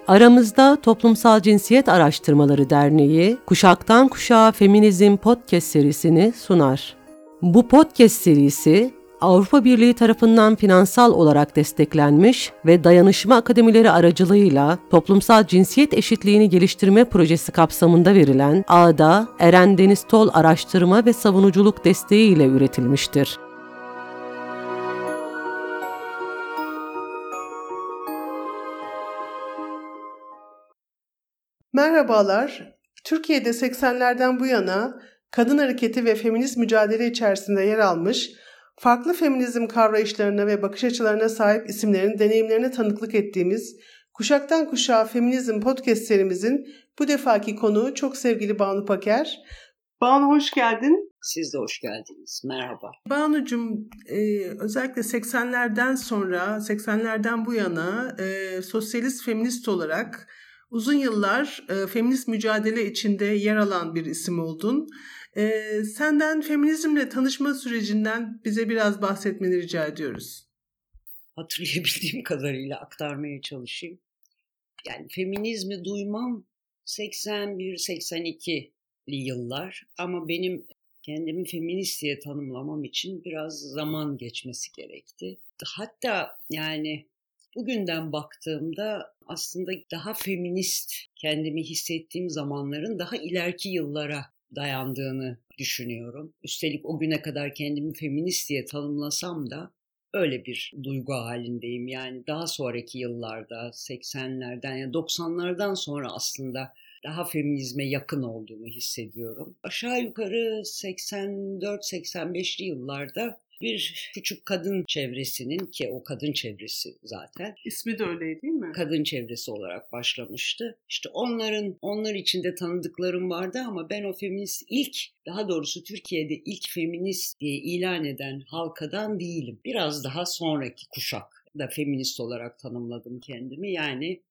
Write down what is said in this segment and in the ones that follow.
Aramızda Toplumsal Cinsiyet Araştırmaları Derneği, Kuşaktan Kuşağa Feminizm Podcast serisini sunar. Bu podcast serisi, Avrupa Birliği tarafından finansal olarak desteklenmiş ve Dayanışma Akademileri aracılığıyla toplumsal cinsiyet eşitliğini geliştirme projesi kapsamında verilen Ağda Eren Deniz Tol Araştırma ve Savunuculuk desteği ile üretilmiştir. Merhabalar. Türkiye'de 80'lerden bu yana kadın hareketi ve feminist mücadele içerisinde yer almış, farklı feminizm kavrayışlarına ve bakış açılarına sahip isimlerin deneyimlerine tanıklık ettiğimiz Kuşaktan Kuşağa Feminizm Podcast serimizin bu defaki konuğu çok sevgili Banu Paker. Banu hoş geldin. Siz de hoş geldiniz. Merhaba. Banu'cum, özellikle 80'lerden bu yana sosyalist feminist olarak uzun yıllar feminist mücadele içinde yer alan bir isim oldun. Senden feminizmle tanışma sürecinden bize biraz bahsetmeni rica ediyoruz. Hatırlayabildiğim kadarıyla aktarmaya çalışayım. Yani feminizmi duymam 81-82'li yıllar ama benim kendimi feminist diye tanımlamam için biraz zaman geçmesi gerekti. Hatta yani bugünden baktığımda aslında daha feminist kendimi hissettiğim zamanların daha ileriki yıllara dayandığını düşünüyorum. Üstelik o güne kadar kendimi feminist diye tanımlasam da öyle bir duygu halindeyim. Yani daha sonraki yıllarda 80'lerden ya 90'lardan sonra aslında daha feminizme yakın olduğunu hissediyorum. Aşağı yukarı 84-85'li yıllarda bir küçük kadın çevresinin, ki o kadın çevresi zaten. İsmi de öyleydi değil mi? Kadın çevresi olarak başlamıştı. İşte onlar içinde tanıdıklarım vardı ama ben o feminist daha doğrusu Türkiye'de ilk feminist diye ilan eden halkadan değilim. Biraz daha sonraki kuşak da feminist olarak tanımladım kendimi. Yani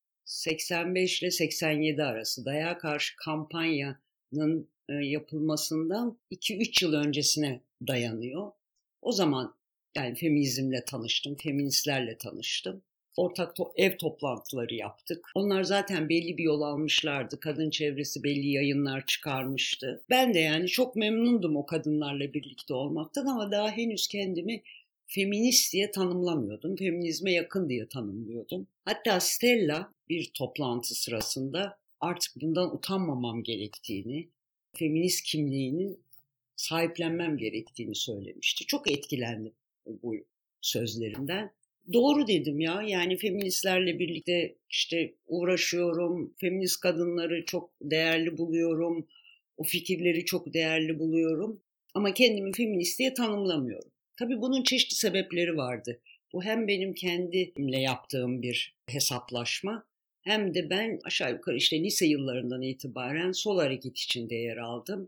85 ile 87 arası Dayağa Karşı kampanyanın yapılmasından 2-3 yıl öncesine dayanıyor. O zaman yani feminizmle tanıştım, feministlerle tanıştım. Ortak ev toplantıları yaptık. Onlar zaten belli bir yol almışlardı. Kadın çevresi belli yayınlar çıkarmıştı. Ben de yani çok memnundum o kadınlarla birlikte olmaktan ama daha henüz kendimi feminist diye tanımlamıyordum. Feminizme yakın diye tanımlıyordum. Hatta Stella bir toplantı sırasında artık bundan utanmamam gerektiğini, feminist kimliğinin sahiplenmem gerektiğini söylemişti. Çok etkilendim bu sözlerinden. Doğru dedim ya, yani feministlerle birlikte işte uğraşıyorum, feminist kadınları çok değerli buluyorum, o fikirleri çok değerli buluyorum ama kendimi feminist diye tanımlamıyorum. Tabii bunun çeşitli sebepleri vardı. Bu hem benim kendimle yaptığım bir hesaplaşma hem de ben aşağı yukarı işte lise yıllarından itibaren sol hareket içinde yer aldım.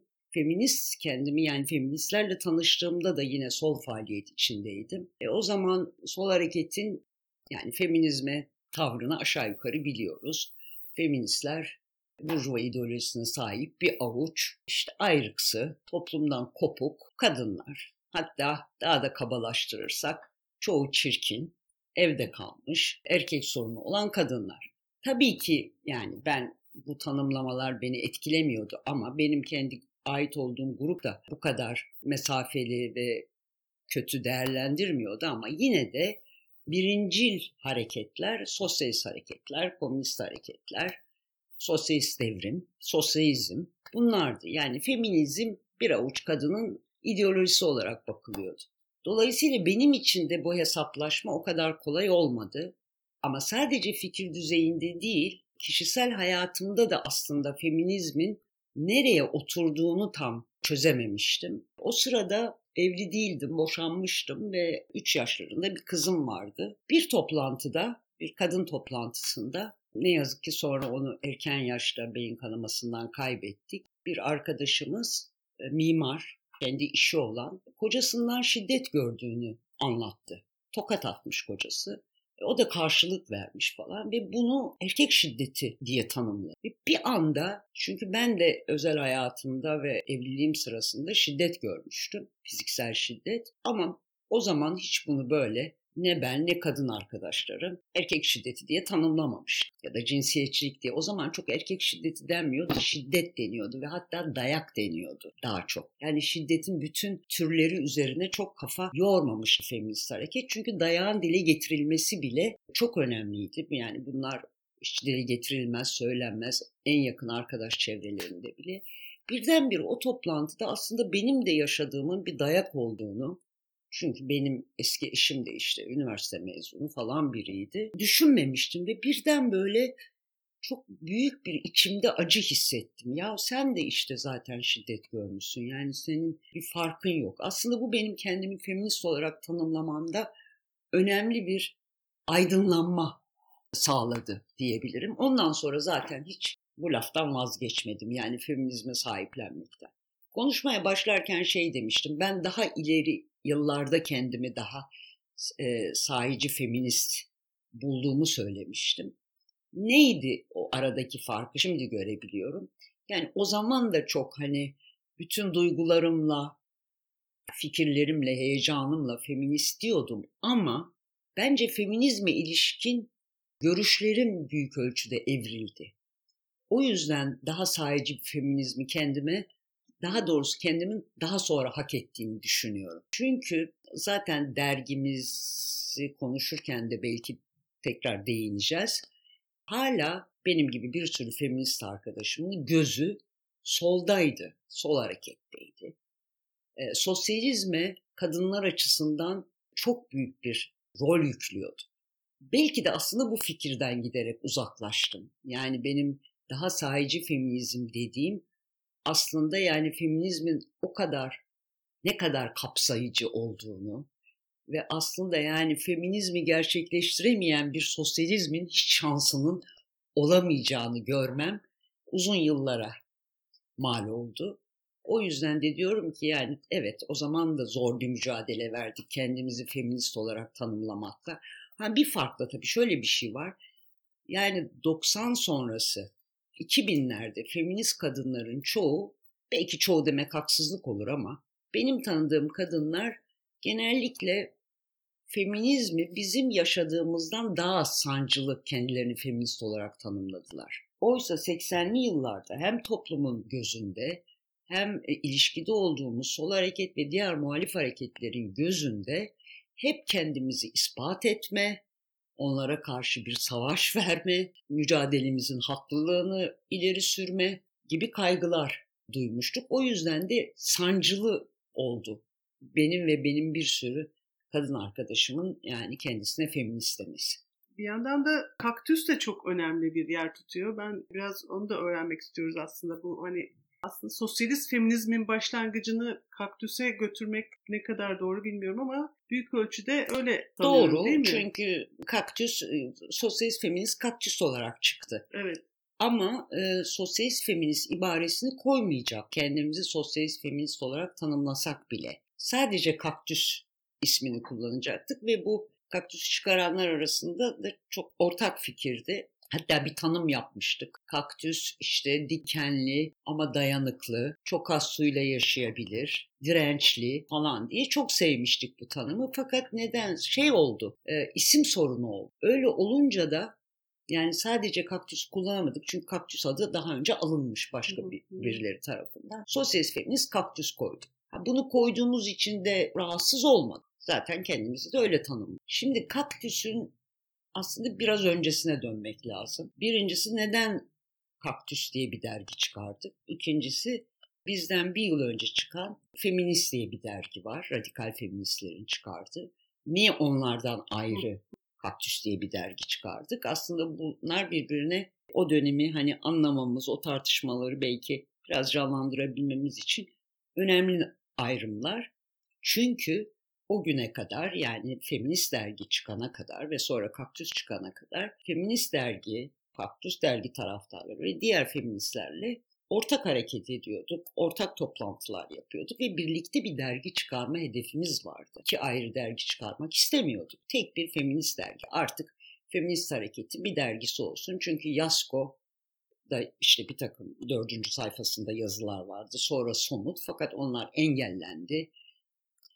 Yani feministlerle tanıştığımda da yine sol faaliyet içindeydim. O zaman sol hareketin yani feminizme tavrını aşağı yukarı biliyoruz. Feministler burjuva ideolojisine sahip bir avuç işte ayrıksı, toplumdan kopuk kadınlar. Hatta daha da kabalaştırırsak çoğu çirkin, evde kalmış, erkek sorunu olan kadınlar. Tabii ki yani bu tanımlamalar beni etkilemiyordu ama benim kendi ait olduğum grup da bu kadar mesafeli ve kötü değerlendirmiyordu ama yine de birincil hareketler, sosyalist hareketler, komünist hareketler, sosyalist devrim, sosyalizm bunlardı. Yani feminizm bir avuç kadının ideolojisi olarak bakılıyordu. Dolayısıyla benim için de bu hesaplaşma o kadar kolay olmadı. Ama sadece fikir düzeyinde değil, kişisel hayatımda da aslında feminizmin nereye oturduğunu tam çözememiştim. O sırada evli değildim, boşanmıştım ve 3 yaşlarında bir kızım vardı. Bir kadın toplantısında, ne yazık ki sonra onu erken yaşta beyin kanamasından kaybettik. Bir arkadaşımız, mimar, kendi işi olan, kocasından şiddet gördüğünü anlattı. Tokat atmış kocası. O da karşılık vermiş falan ve bunu erkek şiddeti diye tanımladı. Ve bir anda, çünkü ben de özel hayatımda ve evliliğim sırasında şiddet görmüştüm, fiziksel şiddet. Ama o zaman hiç bunu böyle ne ben ne kadın arkadaşlarım erkek şiddeti diye tanımlamamış ya da cinsiyetçilik diye. O zaman çok erkek şiddeti denmiyordu, şiddet deniyordu ve hatta dayak deniyordu daha çok. Yani şiddetin bütün türleri üzerine çok kafa yormamış feminist hareket. Çünkü dayağın dile getirilmesi bile çok önemliydi. Yani bunlar hiç dile getirilmez, söylenmez en yakın arkadaş çevrelerinde bile. Birdenbire o toplantıda aslında benim de yaşadığımın bir dayak olduğunu, çünkü benim eski eşim de işte üniversite mezunu falan biriydi, düşünmemiştim ve birden böyle çok büyük bir içimde acı hissettim. Ya sen de işte zaten şiddet görmüşsün, yani senin bir farkın yok. Aslında bu benim kendimi feminist olarak tanımlamamda önemli bir aydınlanma sağladı diyebilirim. Ondan sonra zaten hiç bu laftan vazgeçmedim, yani feminizme sahiplenmekten. Konuşmaya başlarken şey demiştim, ben daha ileri yıllarda kendimi daha sahici feminist bulduğumu söylemiştim. Neydi o aradaki farkı şimdi görebiliyorum. Yani o zaman da çok hani bütün duygularımla, fikirlerimle, heyecanımla feminist diyordum ama bence feminizme ilişkin görüşlerim büyük ölçüde evrildi. O yüzden daha sahici bir feminizmi kendime, daha doğrusu kendimin daha sonra hak ettiğini düşünüyorum. Çünkü zaten dergimizi konuşurken de belki tekrar değineceğiz. Hala benim gibi bir sürü feminist arkadaşımın gözü soldaydı, sol hareketteydi. Sosyalizme kadınlar açısından çok büyük bir rol yüklüyordu. Belki de aslında bu fikirden giderek uzaklaştım. Yani benim daha sahici feminizm dediğim aslında yani feminizmin ne kadar kapsayıcı olduğunu ve aslında yani feminizmi gerçekleştiremeyen bir sosyalizmin hiç şansının olamayacağını görmem uzun yıllara mal oldu. O yüzden de diyorum ki yani evet, o zaman da zor bir mücadele verdik kendimizi feminist olarak tanımlamakta. Bir farkla tabii şöyle bir şey var. Yani 90 sonrası 2000'lerde feminist kadınların çoğu, belki çoğu demek haksızlık olur ama benim tanıdığım kadınlar genellikle feminizmi bizim yaşadığımızdan daha az sancılı kendilerini feminist olarak tanımladılar. Oysa 80'li yıllarda hem toplumun gözünde hem ilişkide olduğumuz sol hareket ve diğer muhalif hareketlerin gözünde hep kendimizi ispat etme, onlara karşı bir savaş verme, mücadelemizin haklılığını ileri sürme gibi kaygılar duymuştuk. O yüzden de sancılı oldu benim ve benim bir sürü kadın arkadaşımın yani kendisine feminist demesi. Bir yandan da kaktüs de çok önemli bir yer tutuyor. Ben biraz onu da öğrenmek istiyoruz aslında. Bu hani aslında sosyalist feminizmin başlangıcını kaktüse götürmek ne kadar doğru bilmiyorum ama büyük ölçüde öyle sanıyorum, doğru, değil mi? Çünkü kaktüs, sosyalist feminist kaktüs olarak çıktı. Evet. Ama sosyalist feminist ibaresini koymayacak. Kendimizi sosyalist feminist olarak tanımlasak bile. Sadece kaktüs ismini kullanacaktık ve bu kaktüsü çıkaranlar arasında da çok ortak fikirdi. Hatta bir tanım yapmıştık. Kaktüs işte dikenli ama dayanıklı, çok az suyla yaşayabilir, dirençli falan diye çok sevmiştik bu tanımı. Fakat neden oldu, isim sorunu oldu. Öyle olunca da yani sadece kaktüs kullanamadık. Çünkü kaktüs adı daha önce alınmış başka birileri tarafından. Sosyalist feminist kaktüs koyduk. Bunu koyduğumuz için de rahatsız olmadık. Zaten kendimizi de öyle tanımladık. Şimdi kaktüsün aslında biraz öncesine dönmek lazım. Birincisi, neden Kaktüs diye bir dergi çıkardık? İkincisi, bizden bir yıl önce çıkan Feminist diye bir dergi var. Radikal feministlerin çıkardığı. Niye onlardan ayrı Kaktüs diye bir dergi çıkardık? Aslında bunlar birbirine o dönemi hani anlamamız, o tartışmaları belki biraz canlandırabilmemiz için önemli ayrımlar. Çünkü o güne kadar, yani Feminist dergi çıkana kadar ve sonra Kaktüs çıkana kadar Feminist dergi, Kaktüs dergi taraftarları ve diğer feministlerle ortak hareket ediyorduk, ortak toplantılar yapıyorduk ve birlikte bir dergi çıkarma hedefimiz vardı. İki ayrı dergi çıkarmak istemiyorduk. Tek bir feminist dergi. Artık feminist hareketin bir dergisi olsun. Çünkü Yasko'da işte bir takım 4. sayfasında yazılar vardı. Sonra Somut, fakat onlar engellendi.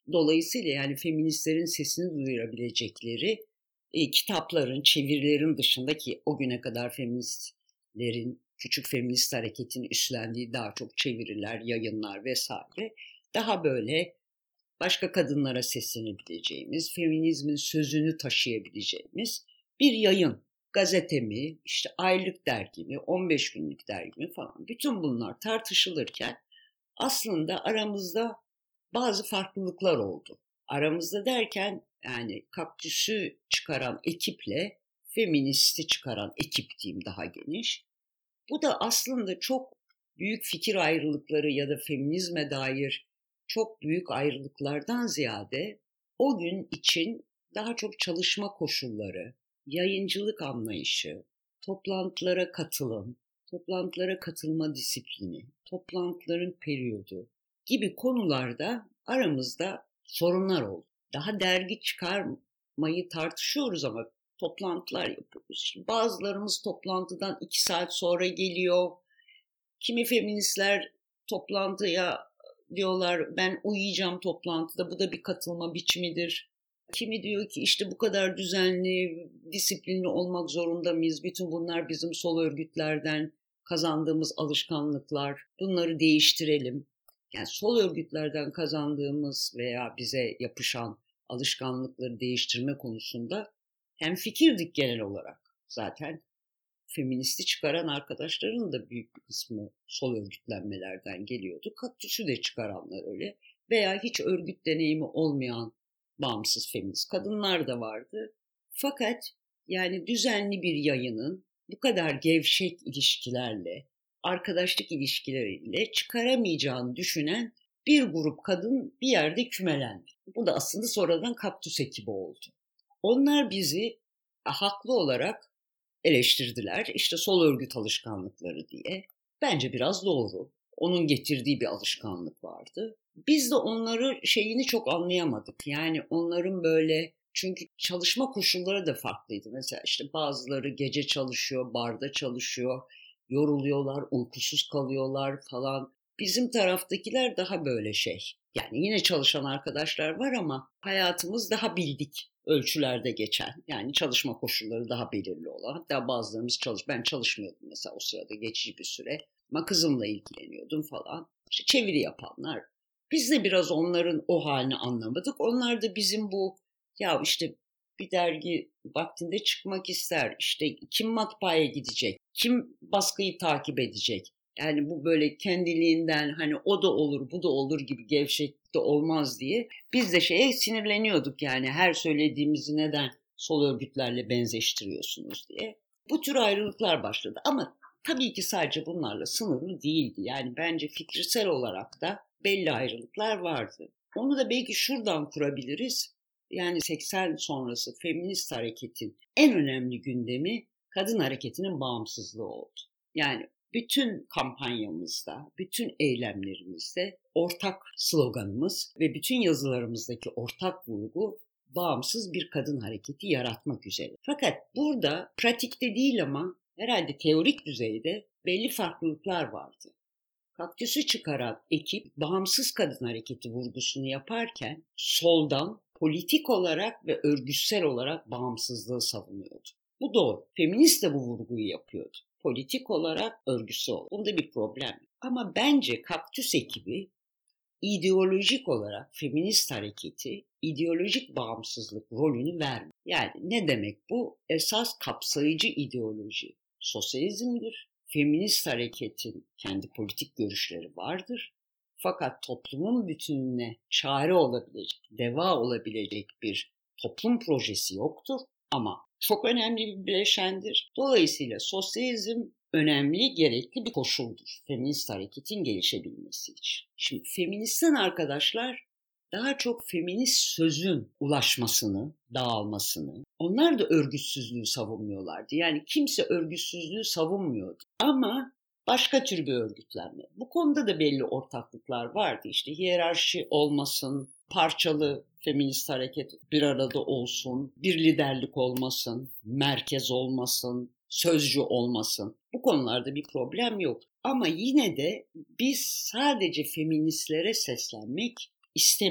Dolayısıyla yani feministlerin sesini duyurabilecekleri kitapların, çevirilerin dışındaki o güne kadar feministlerin, küçük feminist hareketin üstlendiği daha çok çeviriler, yayınlar vesaire, daha böyle başka kadınlara seslenebileceğimiz, feminizmin sözünü taşıyabileceğimiz bir yayın. Gazete mi, işte aylık dergi mi, 15 günlük dergi mi falan. Bütün bunlar tartışılırken aslında aramızda bazı farklılıklar oldu. Aramızda derken yani Kaktüs'ü çıkaran ekiple feministi çıkaran ekip diyeyim daha geniş. Bu da aslında çok büyük fikir ayrılıkları ya da feminizme dair çok büyük ayrılıklardan ziyade o gün için daha çok çalışma koşulları, yayıncılık anlayışı, toplantılara katılım, toplantılara katılma disiplini, toplantıların periyodu gibi konularda aramızda sorunlar oldu. Daha dergi çıkarmayı tartışıyoruz ama toplantılar yapıyoruz. Şimdi bazılarımız toplantıdan 2 saat sonra geliyor. Kimi feministler toplantıya diyorlar ben uyuyacağım toplantıda, bu da bir katılma biçimidir. Kimi diyor ki işte bu kadar düzenli, disiplinli olmak zorunda mıyız? Bütün bunlar bizim sol örgütlerden kazandığımız alışkanlıklar. Bunları değiştirelim. Yani sol örgütlerden kazandığımız veya bize yapışan alışkanlıkları değiştirme konusunda hemfikirdik genel olarak. Zaten feministi çıkaran arkadaşların da büyük bir kısmı sol örgütlenmelerden geliyordu. Kaktüs'ü de çıkaranlar öyle. Veya hiç örgüt deneyimi olmayan bağımsız feminist kadınlar da vardı. Fakat yani düzenli bir yayının bu kadar gevşek ilişkilerle, arkadaşlık ilişkileriyle çıkaramayacağını düşünen bir grup kadın bir yerde kümelendi. Bu da aslında sonradan Kaktüs ekibi oldu. Onlar bizi haklı olarak eleştirdiler. İşte sol örgüt alışkanlıkları diye. Bence biraz doğru. Onun getirdiği bir alışkanlık vardı. Biz de onları çok anlayamadık. Yani onların böyle, çünkü çalışma koşulları da farklıydı. Mesela işte bazıları gece çalışıyor, barda çalışıyor, yoruluyorlar, uykusuz kalıyorlar falan. Bizim taraftakiler daha böyle Yani yine çalışan arkadaşlar var ama hayatımız daha bildik ölçülerde geçen. Yani çalışma koşulları daha belirli olan. Hatta bazılarımız ben çalışmıyordum mesela o sırada geçici bir süre. Ama kızımla ilgileniyordum falan. İşte çeviri yapanlar. Biz de biraz onların o halini anlamadık. Onlar da bizim bu ya işte bir dergi vaktinde çıkmak ister. İşte kim matbaaya gidecek? Kim baskıyı takip edecek? Yani bu böyle kendiliğinden hani o da olur bu da olur gibi gevşek de olmaz diye biz de sinirleniyorduk yani her söylediğimizi neden sol örgütlerle benzeştiriyorsunuz diye. Bu tür ayrılıklar başladı ama tabii ki sadece bunlarla sınırlı değildi. Yani bence fikirsel olarak da belli ayrılıklar vardı. Onu da belki şuradan kurabiliriz. Yani 80 sonrası feminist hareketin en önemli gündemi kadın hareketinin bağımsızlığı oldu. Yani bütün kampanyamızda, bütün eylemlerimizde ortak sloganımız ve bütün yazılarımızdaki ortak vurgu bağımsız bir kadın hareketi yaratmak üzere. Fakat burada pratikte değil ama herhalde teorik düzeyde belli farklılıklar vardı. Kaktüs'ü çıkaran ekip bağımsız kadın hareketi vurgusunu yaparken soldan politik olarak ve örgütsel olarak bağımsızlığı savunuyordu. Bu doğru. Feminist de bu vurguyu yapıyordu. Politik olarak örgütsel olarak. Bunda bir problem. Ama bence Kaktüs ekibi ideolojik olarak feminist hareketi ideolojik bağımsızlık rolünü vermiyor. Yani ne demek bu? Esas kapsayıcı ideoloji sosyalizmdir. Feminist hareketin kendi politik görüşleri vardır. Fakat toplumun bütününe çare olabilecek, deva olabilecek bir toplum projesi yoktur. Ama çok önemli bir bileşendir. Dolayısıyla sosyalizm önemli, gerekli bir koşuldur feminist hareketin gelişebilmesi için. Şimdi feministten arkadaşlar daha çok feminist sözün ulaşmasını, dağılmasını, onlar da örgütsüzlüğü savunmuyorlardı. Yani kimse örgütsüzlüğü savunmuyordu. Ama başka tür bir örgütlenme. Bu konuda da belli ortaklıklar vardı. İşte hiyerarşi olmasın, parçalı feminist hareket bir arada olsun, bir liderlik olmasın, merkez olmasın, sözcü olmasın. Bu konularda bir problem yok. Ama yine de biz sadece feministlere seslenmek istemiyoruz.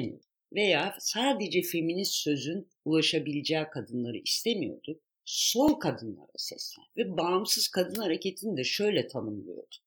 veya sadece feminist sözün ulaşabileceği kadınları istemiyorduk. Sol kadınlara seslen ve bağımsız kadın hareketini de şöyle tanımlıyorduk.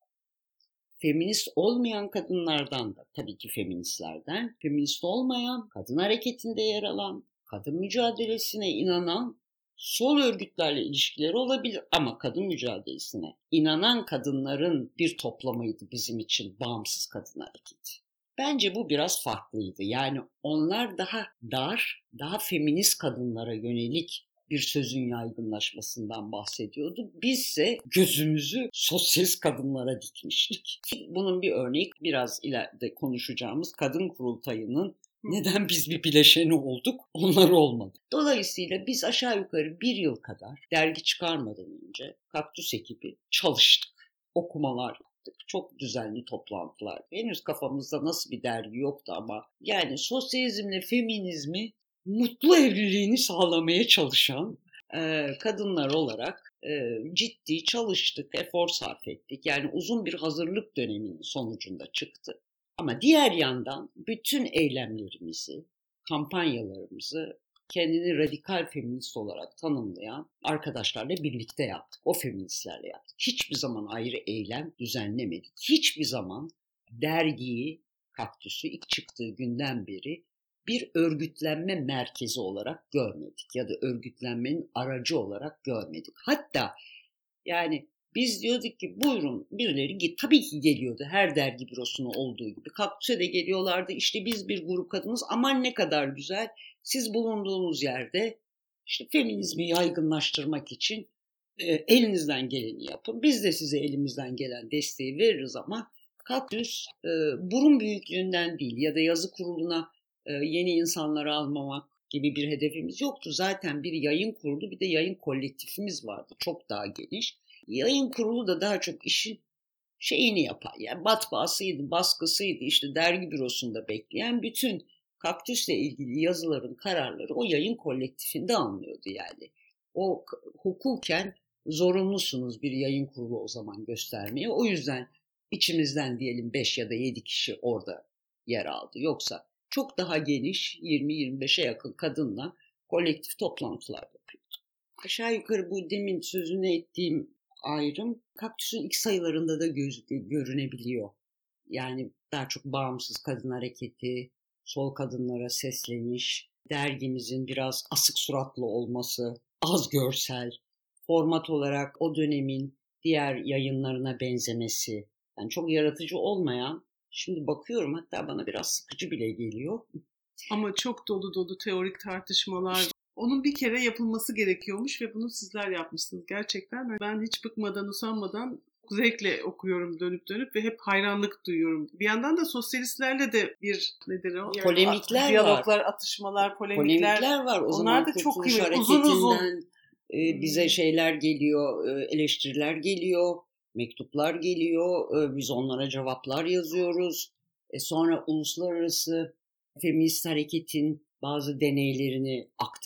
Feminist olmayan kadınlardan da, tabii ki feministlerden, feminist olmayan, kadın hareketinde yer alan, kadın mücadelesine inanan, sol örgütlerle ilişkileri olabilir ama kadın mücadelesine inanan kadınların bir toplamıydı bizim için bağımsız kadın hareketi. Bence bu biraz farklıydı. Yani onlar daha dar, daha feminist kadınlara yönelik bir sözün yaygınlaşmasından bahsediyordu. Bizse gözümüzü sosyalist kadınlara dikmiştik. Bunun bir örneği biraz ileride konuşacağımız kadın kurultayının neden biz bir bileşeni olduk, onlar olmadı. Dolayısıyla biz aşağı yukarı 1 yıl kadar dergi çıkarmadan önce Kaktüs ekibi çalıştık, okumalar yaptık, çok düzenli toplantılar. Henüz kafamızda nasıl bir dergi yoktu ama yani sosyalizmle feminizmi mutlu evliliğini sağlamaya çalışan kadınlar olarak ciddi çalıştık, efor sarf ettik. Yani uzun bir hazırlık döneminin sonucunda çıktı. Ama diğer yandan bütün eylemlerimizi, kampanyalarımızı kendini radikal feminist olarak tanımlayan arkadaşlarla birlikte yaptık. O feministlerle yaptık. Hiçbir zaman ayrı eylem düzenlemedik. Hiçbir zaman dergiyi, Kaktüs'ü ilk çıktığı günden beri bir örgütlenme merkezi olarak görmedik ya da örgütlenmenin aracı olarak görmedik. Hatta yani biz diyorduk ki buyurun birileri tabii ki geliyordu her dergi bürosuna olduğu gibi. Kaktüs'e de geliyorlardı, işte biz bir grup kadınız, aman ne kadar güzel, siz bulunduğunuz yerde işte feminizmi yaygınlaştırmak için elinizden geleni yapın. Biz de size elimizden gelen desteği veririz ama Kaktüs burun büyüklüğünden değil ya da yazı kuruluna yeni insanları almamak gibi bir hedefimiz yoktu. Zaten bir yayın kurulu, bir de yayın kolektifimiz vardı. Çok daha geniş. Yayın kurulu da daha çok işin şeyini yapar. Yani matbaasıydı, baskısıydı, işte dergi bürosunda bekleyen bütün Kaktüs'le ilgili yazıların kararları o yayın kolektifinde alınıyordu yani. O hukuken zorunlusunuz bir yayın kurulu o zaman göstermeye. O yüzden içimizden diyelim 5 ya da 7 kişi orada yer aldı. Yoksa çok daha geniş 20-25'e yakın kadınla kolektif toplantılar yapıyordu. Aşağı yukarı bu demin sözünü ettiğim ayrım Kaktüs'ün ilk sayılarında da görünebiliyor. Yani daha çok bağımsız kadın hareketi, sol kadınlara sesleniş, dergimizin biraz asık suratlı olması, az görsel, format olarak o dönemin diğer yayınlarına benzemesi, yani çok yaratıcı olmayan, şimdi bakıyorum hatta bana biraz sıkıcı bile geliyor. Ama çok dolu dolu teorik tartışmalar. Onun bir kere yapılması gerekiyormuş ve bunu sizler yapmışsınız. Gerçekten ben hiç bıkmadan, usanmadan zevkle okuyorum dönüp dönüp ve hep hayranlık duyuyorum. Bir yandan da sosyalistlerle de bir nedir o? Polemikler diyaloglar, var. atışmalar, Polemikler var. O onlar zaman da çok Kurtuluş kıymetli. Uzun uzun. Hareketi'nden bize şeyler geliyor, eleştiriler geliyor, mektuplar geliyor. Biz onlara cevaplar yazıyoruz. Sonra uluslararası feminist hareketin bazı deneylerini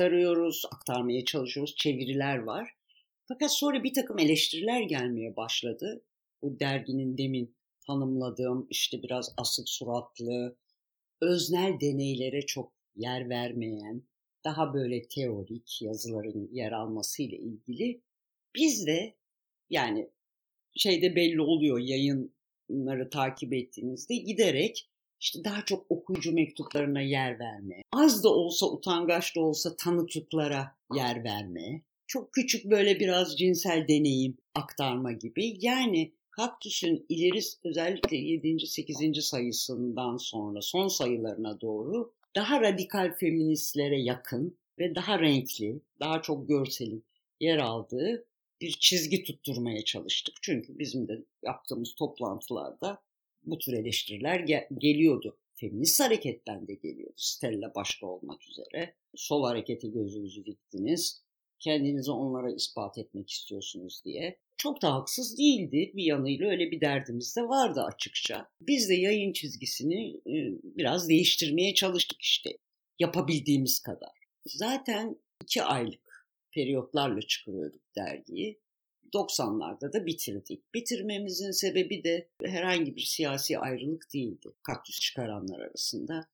aktarmaya çalışıyoruz. Çeviriler var. Fakat sonra bir takım eleştiriler gelmeye başladı. Bu derginin demin tanımladığım işte biraz asık suratlı, öznel deneylere çok yer vermeyen, daha böyle teorik yazıların yer almasıyla ilgili biz de yani şeyde belli oluyor yayınları takip ettiğinizde giderek işte daha çok okuyucu mektuplarına yer verme, az da olsa utangaç da olsa tanıklıklara yer verme, çok küçük böyle biraz cinsel deneyim aktarma gibi. Yani Kaktüs'ün özellikle 7. 8. sayısından sonra son sayılarına doğru daha radikal feministlere yakın ve daha renkli, daha çok görselin yer aldığı bir çizgi tutturmaya çalıştık. Çünkü bizim de yaptığımız toplantılarda bu tür eleştiriler geliyordu. Feminist hareketten de geliyordu. Stella başta olmak üzere. Sol harekete gözünüzü diktiniz. Kendinizi onlara ispat etmek istiyorsunuz diye. Çok da haksız değildi. Bir yanıyla öyle bir derdimiz de vardı açıkça. Biz de yayın çizgisini biraz değiştirmeye çalıştık işte. Yapabildiğimiz kadar. Zaten 2 aylık periyotlarla çıkarıyorduk dergiyi. 90'larda da bitirdik. Bitirmemizin sebebi de herhangi bir siyasi ayrılık değildi Kaktüs çıkaranlar arasında.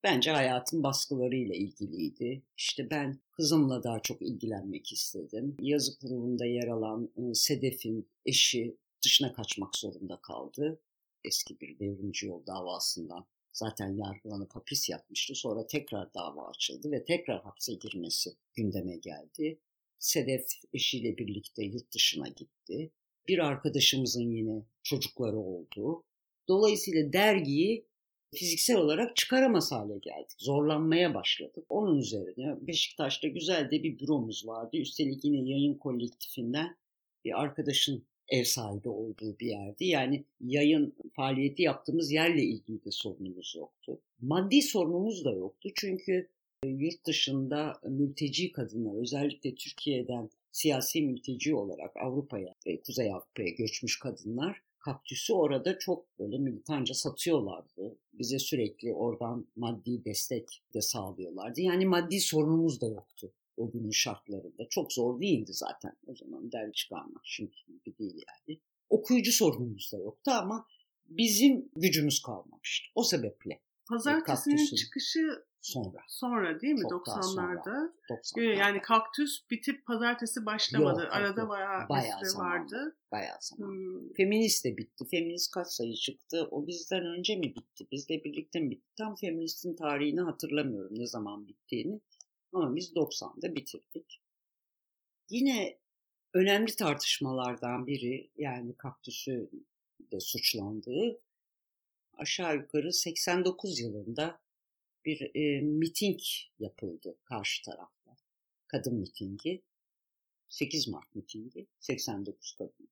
Bence hayatın baskılarıyla ilgiliydi. İşte ben kızımla daha çok ilgilenmek istedim. Yazı kurulunda yer alan Sedef'in eşi dışına kaçmak zorunda kaldı. Eski bir devrimci yol davasından zaten yargılanıp hapis yatmıştı. Sonra tekrar dava açıldı ve tekrar hapse girmesi gündeme geldi. Sedef eşiyle birlikte yurt dışına gitti. Bir arkadaşımızın yine çocukları oldu. Dolayısıyla dergiyi fiziksel olarak çıkaramaz hale geldik. Zorlanmaya başladık. Onun üzerine Beşiktaş'ta güzel de bir büromuz vardı. Üstelik yine yayın kolektifinden bir arkadaşın ev sahibi olduğu bir yerdi. Yani yayın faaliyeti yaptığımız yerle ilgili de sorunumuz yoktu. Maddi sorunumuz da yoktu. Çünkü yurt dışında mülteci kadınlar, özellikle Türkiye'den siyasi mülteci olarak Avrupa'ya ve Kuzey Avrupa'ya göçmüş kadınlar kaktüsü orada çok böyle militanca satıyorlardı. Bize sürekli oradan maddi destek de sağlıyorlardı. Yani maddi sorunumuz da yoktu o günün şartlarında. Çok zor değildi zaten o zaman dergi çıkarmak, şimdi gibi değil yani. Okuyucu sorunumuz da yoktu ama bizim gücümüz kalmamıştı. O sebeple. Pazartesinin çıkışı sonra değil mi? Çok 90'larda. 90'larda. Yani kaktüs bitip pazartesi başlamadı. Yok, arada yok. bayağı bir süre vardı. Bayağı zaman. Feminist de bitti. Feminist kaç sayı çıktı? O bizden önce mi bitti? Bizle birlikte mi bitti? Tam feministin tarihini hatırlamıyorum ne zaman bittiğini. Ama biz 90'da bitirdik. Yine önemli tartışmalardan biri, yani kaktüsü de suçlandığı, aşağı yukarı 89 yılında bir miting yapıldı karşı tarafta. Kadın mitingi. 8 Mart mitingi. 89 kadın.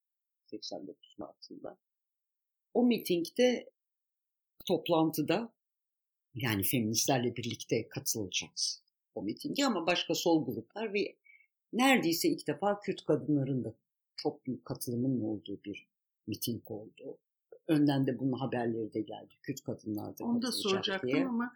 89 Mart'ında. O mitingde, toplantıda, yani feministlerle birlikte katılacağız o mitinge, ama başka sol gruplar ve neredeyse ilk defa Kürt kadınların da çok büyük katılımının olduğu bir miting oldu. Önden de bunun haberleri de geldi. Kürt kadınlar da onu da katılacak soracaktım diye. ama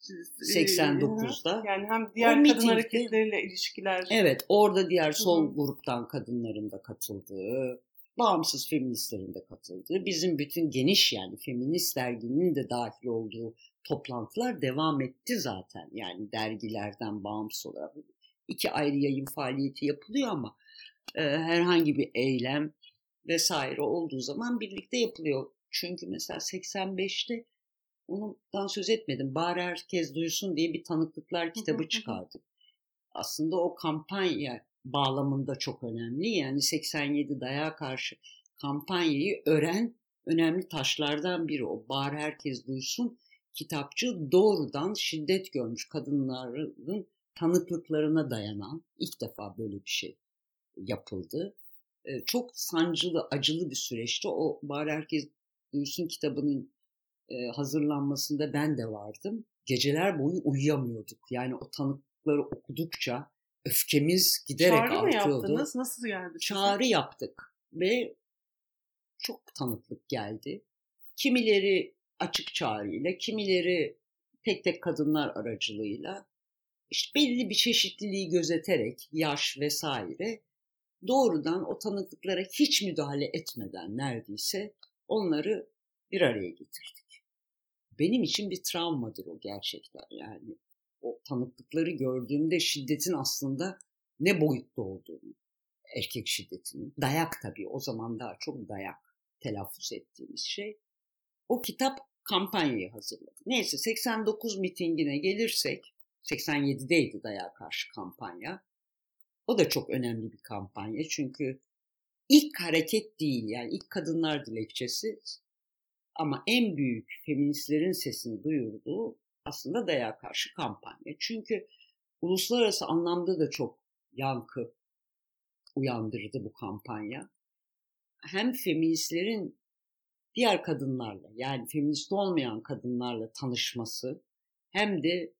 89'da. Yani hem diğer kadın hareketleriyle ilişkiler. Evet, orada diğer sol gruptan kadınların da katıldığı, bağımsız feministlerin de katıldığı, bizim bütün geniş, yani feminist derginin de dahil olduğu toplantılar devam etti zaten. Yani dergilerden bağımsız olarak 2 ayrı yayın faaliyeti yapılıyor ama herhangi bir eylem vesaire olduğu zaman birlikte yapılıyor. Çünkü mesela 85'te, ondan söz etmedim, Bari Herkes Duysun diye bir tanıklıklar kitabı çıkardık. Aslında o kampanya bağlamında çok önemli. Yani 87 dayağa karşı kampanyayı ören önemli taşlardan biri o. Bari Herkes Duysun kitapçı doğrudan şiddet görmüş kadınların tanıklıklarına dayanan, ilk defa böyle bir şey yapıldı. Çok sancılı, acılı bir süreçti. O Bari Herkes Duysun kitabının hazırlanmasında ben de vardım. Geceler boyu uyuyamıyorduk. Yani o tanıklıkları okudukça öfkemiz giderek artıyordu. Çağrı mı yaptınız? Nasıl geldi? Çağrı yaptık ve çok tanıklık geldi. Kimileri açık çağrıyla, kimileri tek tek kadınlar aracılığıyla, işte belli bir çeşitliliği gözeterek, yaş vesaire, doğrudan o tanıklıklara hiç müdahale etmeden neredeyse onları bir araya getirdik. Benim için bir travmadır o gerçekten. Yani o tanıklıkları gördüğümde şiddetin aslında ne boyutta olduğunu, erkek şiddetinin, dayak tabii, o zaman daha çok dayak telaffuz ettiğimiz şey. O kitap kampanyayı hazırladı. Neyse, 89 mitingine gelirsek, 87'deydi dayağa karşı kampanya. O da çok önemli bir kampanya çünkü ilk hareket değil, yani ilk kadınlar dilekçesi, ama en büyük feministlerin sesini duyurduğu aslında dayağa karşı kampanya. Çünkü uluslararası anlamda da çok yankı uyandırdı bu kampanya. Hem feministlerin diğer kadınlarla, yani feminist olmayan kadınlarla tanışması, hem de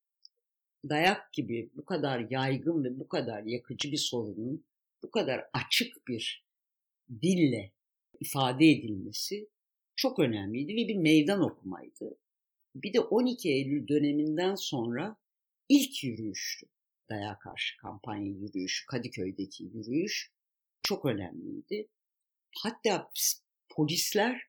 dayak gibi bu kadar yaygın ve bu kadar yakıcı bir sorunun bu kadar açık bir dille ifade edilmesi çok önemliydi ve bir meydan okumaydı. Bir de 12 Eylül döneminden sonra ilk yürüyüştü. Dayağa karşı kampanya yürüyüşü, Kadıköy'deki yürüyüş çok önemliydi. Hatta polisler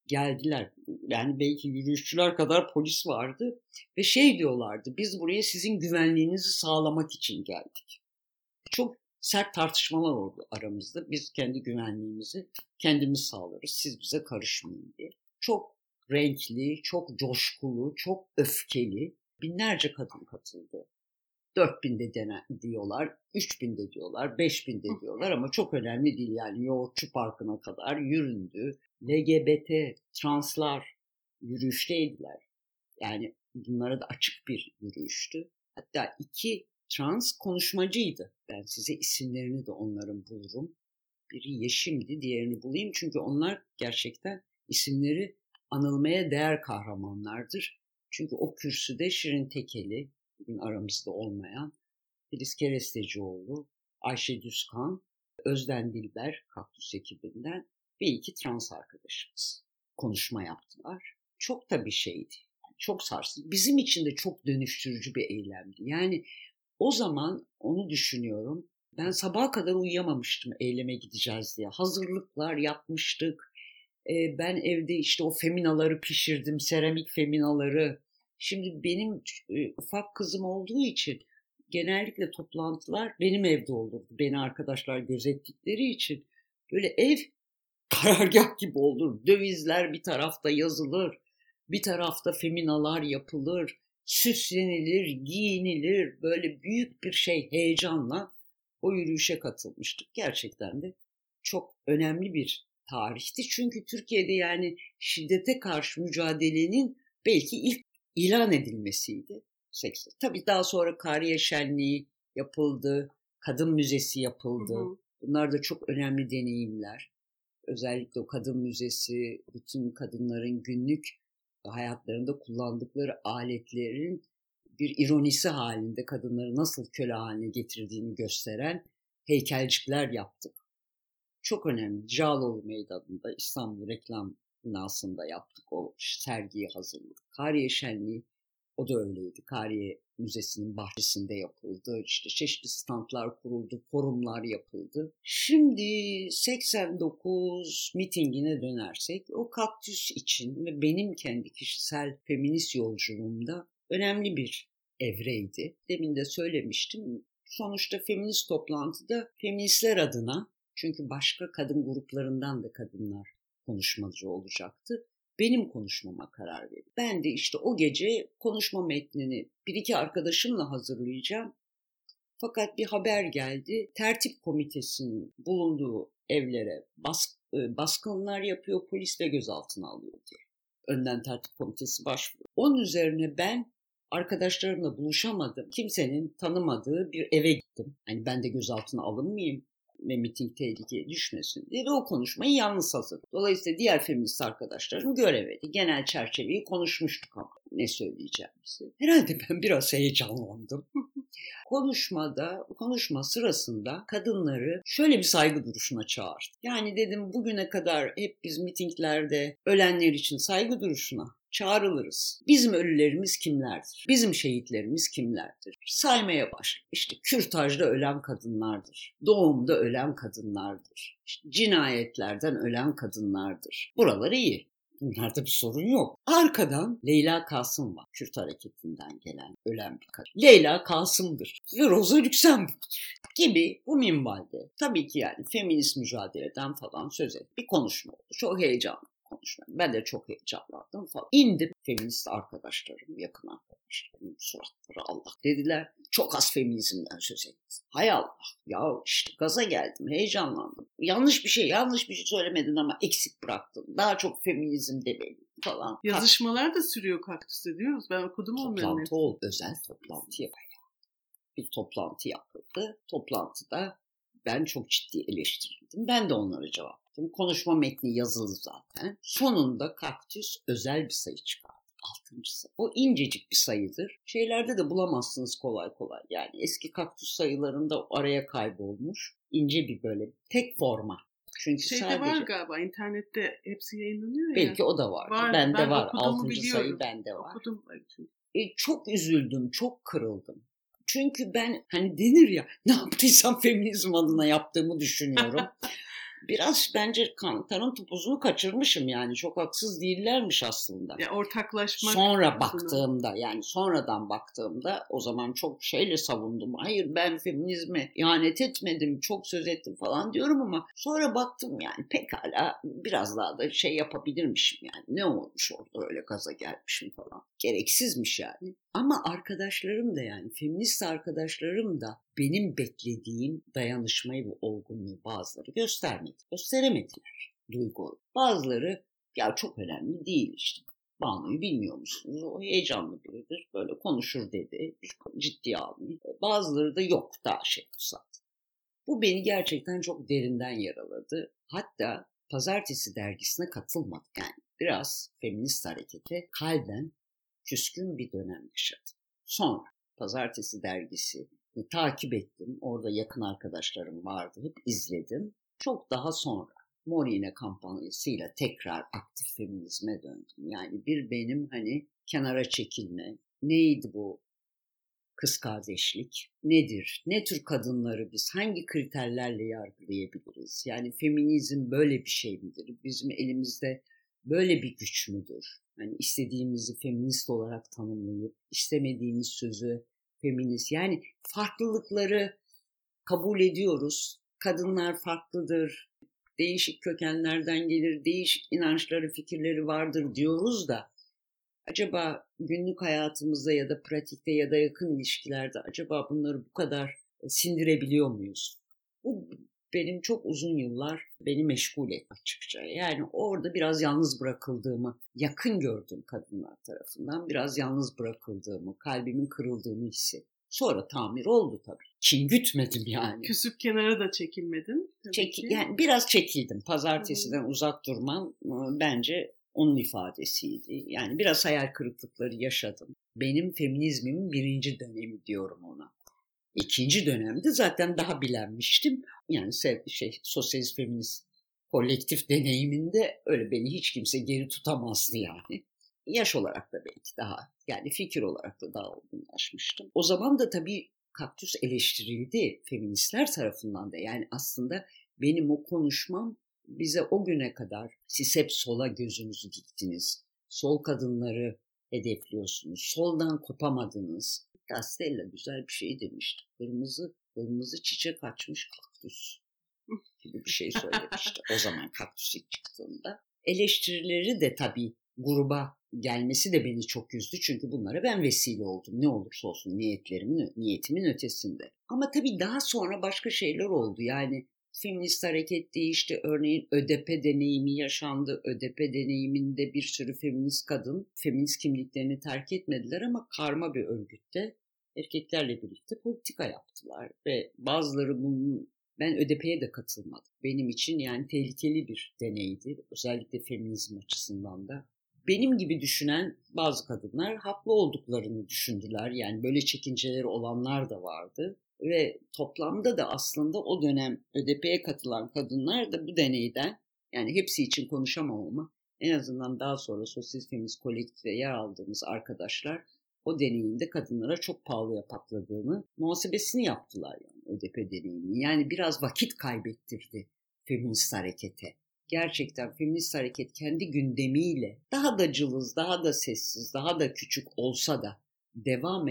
geldiler. Yani belki yürüyüşçüler kadar polis vardı ve şey diyorlardı, biz buraya sizin güvenliğinizi sağlamak için geldik. Çok sert tartışmalar oldu aramızda. Biz kendi güvenliğimizi kendimiz sağlarız, siz bize karışmayın diye. Çok renkli, çok coşkulu, çok öfkeli binlerce kadın katıldı. 4.000 de diyorlar, 3.000 de diyorlar, 5.000 de diyorlar ama çok önemli değil yani. Yoğurtçu Parkı'na kadar yüründü. LGBT, translar yürüyüşteydiler. Yani bunlara da açık bir yürüyüştü. Hatta 2 trans konuşmacıydı. Ben size isimlerini de onların bulurum. Biri Yeşim'di, diğerini bulayım. Çünkü onlar gerçekten isimleri anılmaya değer kahramanlardır. Çünkü o kürsüde Şirin Tekeli, bugün aramızda olmayan, Filiz Kerestecioğlu, Ayşe Düzkan, Özden Dilber, Kaktüs ekibinden ve 2 trans arkadaşımız konuşma yaptılar. Çok da bir şeydi. Çok sarsıcı. Bizim için de çok dönüştürücü bir eylemdi. Yani o zaman onu düşünüyorum. Ben sabaha kadar uyuyamamıştım eyleme gideceğiz diye. Hazırlıklar yapmıştık. Ben evde işte o feminaları pişirdim, seramik feminaları. Şimdi benim ufak kızım olduğu için genellikle toplantılar benim evde olurdu. Beni arkadaşlar gözettikleri için böyle ev karargah gibi olur. Dövizler bir tarafta yazılır, bir tarafta feminalar yapılır, süslenilir, giyinilir. Böyle büyük bir heyecanla o yürüyüşe katılmıştık. Gerçekten de çok önemli bir tarihti. Çünkü Türkiye'de yani şiddete karşı mücadelenin belki ilk ilan edilmesiydi. Tabii daha sonra Kariye Şenliği yapıldı, Kadın Müzesi yapıldı. Bunlar da çok önemli deneyimler. Özellikle o Kadın Müzesi, bütün kadınların günlük hayatlarında kullandıkları aletlerin bir ironisi halinde kadınları nasıl köle haline getirdiğini gösteren heykelcikler yaptık. Çok önemli. Cağaloğlu Meydanı'nda, İstanbul Reklam Binası'nda yaptık o sergiyi hazırladık. Kariye Şenliği, o da öyleydi. Kariye Müzesi'nin bahçesinde yapıldı. İşte çeşitli standlar kuruldu, forumlar yapıldı. Şimdi 89 mitingine dönersek, o kaktüs için ve benim kendi kişisel feminist yolculuğumda önemli bir evreydi. Demin de söylemiştim. Sonuçta feminist toplantıda feministler adına, çünkü başka kadın gruplarından da kadınlar konuşmacı olacaktı, benim konuşmama karar verdim. Ben de işte o gece konuşma metnini 1-2 arkadaşımla hazırlayacağım. Fakat bir haber geldi. Tertip komitesinin bulunduğu evlere baskınlar yapıyor, polis de gözaltına alıyor diye. Önden tertip komitesi başvuruyor. Onun üzerine ben arkadaşlarımla buluşamadım. Kimsenin tanımadığı bir eve gittim. Hani ben de gözaltına alınmayayım ve miting tehlikeye düşmesin diye ve o konuşmayı yalnız hazırladım. Dolayısıyla diğer feminist arkadaşlarım görevliydi. Genel çerçeveyi konuşmuştuk ama ne söyleyeceğimizi. Herhalde ben biraz heyecanlandım. Konuşma sırasında kadınları şöyle bir saygı duruşuna çağırdım. Yani dedim, bugüne kadar hep biz mitinglerde ölenler için saygı duruşuna çağrılırız. Bizim ölülerimiz kimlerdir? Bizim şehitlerimiz kimlerdir? Saymaya başladım. İşte kürtajda ölen kadınlardır. Doğumda ölen kadınlardır. İşte cinayetlerden ölen kadınlardır. Buralar iyi. Bunlarda bir sorun yok. Arkadan Leyla Kasım var. Kürt hareketinden gelen, ölen bir kadın. Leyla Kasım'dır. Ve Rosa Luxemburg'dur gibi bu minvalde. Tabii ki yani feminist mücadeleden falan söz et. Bir konuşma oldu. Çok heyecanlı konuşma. Ben de çok heyecanlandım falan. İndim. Feminist arkadaşlarım, yakın arkadaşlarım, suratları Allah dediler. Çok az feminizmden söz ettin. Hay Allah. Ya işte gaza geldim, heyecanlandım. Yanlış bir şey söylemedin ama eksik bıraktın. Daha çok feminizm demeli falan. Yazışmalar da sürüyor kaktüste, diyor musunuz? Ben okudum onları. Toplantı oldu. Özel toplantı yapıldı. Bir toplantı yapıldı. Toplantıda ben çok ciddi eleştirildim. Ben de onlara cevap verdim. Konuşma metni yazılı zaten. Sonunda kaktüs özel bir sayı çıkardı. 6. sayı. O incecik bir sayıdır. Şeylerde de bulamazsınız kolay kolay. Yani eski kaktüs sayılarında araya kaybolmuş. İnce bir böyle tek forma. Çünkü sadece var galiba, internette hepsi yayınlanıyor ya. Belki o da var. Bende var. 6. sayı bende var. Okudum. Çok üzüldüm, çok kırıldım. Çünkü ben hani denir ya, ne yaptıysam feminizm adına yaptığımı düşünüyorum. Biraz bence kantarın topuzunu kaçırmışım yani. Çok haksız değillermiş aslında. Ya ortaklaşmak. Sonra baktığımda yani sonradan baktığımda o zaman çok şeyle savundum. Hayır ben feminizme ihanet etmedim, çok söz ettim falan diyorum ama sonra baktım yani pekala biraz daha da şey yapabilirmişim yani. Ne olmuş orada öyle gaza gelmişim falan. Gereksizmiş yani. Ama arkadaşlarım da yani feminist arkadaşlarım da benim beklediğim dayanışmayı ve olgunluğu bazıları gösteremediler duygu. Bazıları ya çok önemli değil işte. Banu'yu bilmiyor musunuz? O heyecanlı biridir. Böyle konuşur dedi. Ciddiye almayın. Bazıları da yok daha şey zaten. Bu beni gerçekten çok derinden yaraladı. Hatta Pazartesi dergisine katılmadı. Yani biraz feminist harekete kalben küskün bir dönem yaşadım. Sonra Pazartesi dergisi takip ettim. Orada yakın arkadaşlarım vardı. Hep izledim. Çok daha sonra Morine kampanyasıyla tekrar aktif feminizme döndüm. Yani bir benim hani kenara çekilme, neydi bu kız kardeşlik, nedir, ne tür kadınları biz hangi kriterlerle yargılayabiliriz? Yani feminizm böyle bir şey midir? Bizim elimizde böyle bir güç müdür? Yani istediğimizi feminist olarak tanımlayıp istemediğimiz sözü feminist. Yani farklılıkları kabul ediyoruz. Kadınlar farklıdır. Değişik kökenlerden gelir, değişik inançları, fikirleri vardır diyoruz da acaba günlük hayatımızda ya da pratikte ya da yakın ilişkilerde acaba bunları bu kadar sindirebiliyor muyuz? Bu benim çok uzun yıllar beni meşgul etti açıkça. Yani orada biraz yalnız bırakıldığımı, yakın gördüğüm kadınlar tarafından biraz yalnız bırakıldığımı, kalbimin kırıldığını hissettim. Sonra tamir oldu tabii. Kin gütmedim yani. Küsüp kenara da çekilmedin. Yani biraz çekildim. Pazartesiden uzak durmam bence onun ifadesiydi. Yani biraz hayal kırıklıkları yaşadım. Benim feminizmimin birinci dönemi diyorum ona. İkinci dönemde zaten daha bilenmiştim. Yani sosyalist feminist kolektif deneyiminde öyle beni hiç kimse geri tutamazdı yani. Yaş olarak da belki daha yani fikir olarak da daha olgunlaşmıştım. O zaman da tabii Kaktüs eleştirildi feministler tarafından da. Yani aslında benim o konuşmam bize o güne kadar siz hep sola gözünüzü diktiniz. Sol kadınları hedefliyorsunuz. Soldan kopamadınız. Castella güzel bir şey demişti. Kırmızı çiçek açmış kaktüs gibi bir şey söylemişti. O zaman Kaktüs ilk çıktığında. Eleştirileri de tabii gruba gelmesi de beni çok üzdü. Çünkü bunlara ben vesile oldum. Ne olursa olsun niyetimin ötesinde. Ama tabii daha sonra başka şeyler oldu. Yani feminist hareket değişti. Örneğin ÖDP deneyimi yaşandı. ÖDP deneyiminde bir sürü feminist kadın feminist kimliklerini terk etmediler ama karma bir örgütte erkeklerle birlikte politika yaptılar. Ve bazıları ben ÖDP'ye de katılmadım. Benim için yani tehlikeli bir deneydi. Özellikle feminizm açısından da. Benim gibi düşünen bazı kadınlar haklı olduklarını düşündüler. Yani böyle çekinceleri olanlar da vardı. Ve toplamda da aslında o dönem ÖDP'ye katılan kadınlar da bu deneyden, yani hepsi için konuşamam ama en azından daha sonra Sosyalist Feminist Kolektif'te yer aldığımız arkadaşlar o deneyinde kadınlara çok pahalıya patladığını muhasebesini yaptılar yani ÖDP deneyimi. Yani biraz vakit kaybettirdi feminist harekete. Gerçekten feminist hareket kendi gündemiyle daha da cılız, daha da sessiz, daha da küçük olsa da devam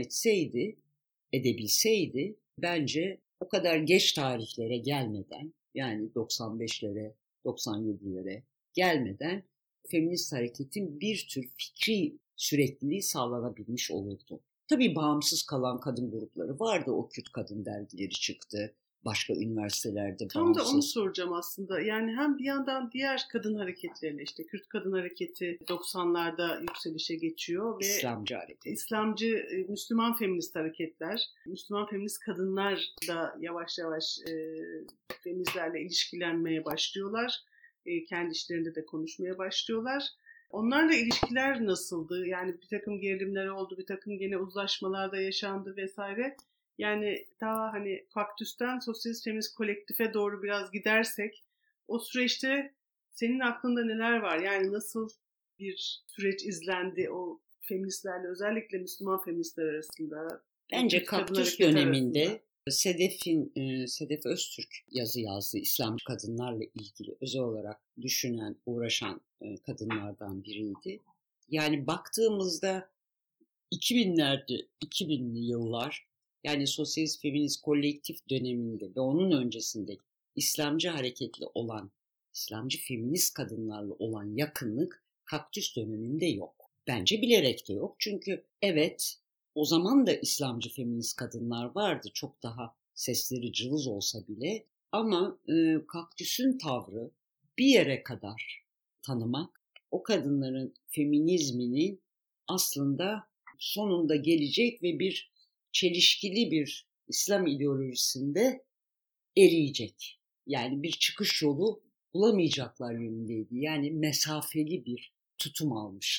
edebilseydi bence o kadar geç tarihlere gelmeden, yani 95'lere, 97'lere gelmeden feminist hareketin bir tür fikri sürekliliği sağlanabilmiş olurdu. Tabii bağımsız kalan kadın grupları vardı. O Kürt kadın dergileri çıktı. Başka üniversitelerde tam bağımsız. da onu soracağım aslında. Yani hem bir yandan diğer kadın hareketlerine, işte Kürt kadın hareketi 90'larda yükselişe geçiyor ve İslamcı hareket. İslamcı, Müslüman feminist hareketler, Müslüman feminist kadınlar da yavaş yavaş feministlerle ilişkilenmeye başlıyorlar. Kendi işlerinde de konuşmaya başlıyorlar. Onlarla ilişkiler nasıldı? Yani bir takım gerilimler oldu, bir takım gene uzlaşmalar da yaşandı vesaire. Yani daha hani Kaktüs'ten Sosyalist Feminist Kolektif'e doğru biraz gidersek o süreçte senin aklında neler var? Yani nasıl bir süreç izlendi o feministlerle, özellikle Müslüman feministler arasında? Bence Kaktüs döneminde Sedef Öztürk yazı yazdı İslamcı kadınlarla ilgili özel olarak düşünen, uğraşan kadınlardan biriydi. Yani baktığımızda 2000'li yıllar yani sosyalist feminist kolektif döneminde ve onun öncesinde İslamcı hareketli olan, İslamcı feminist kadınlarla olan yakınlık kaktüs döneminde yok. Bence bilerek de yok. Çünkü evet, o zaman da İslamcı feminist kadınlar vardı. Çok daha sesleri cılız olsa bile. Ama kaktüsün tavrı bir yere kadar tanımak, o kadınların feminizminin aslında sonunda gelecek ve bir çelişkili bir İslam ideolojisinde eriyecek. Yani bir çıkış yolu bulamayacaklar yönündeydi. Yani mesafeli bir tutum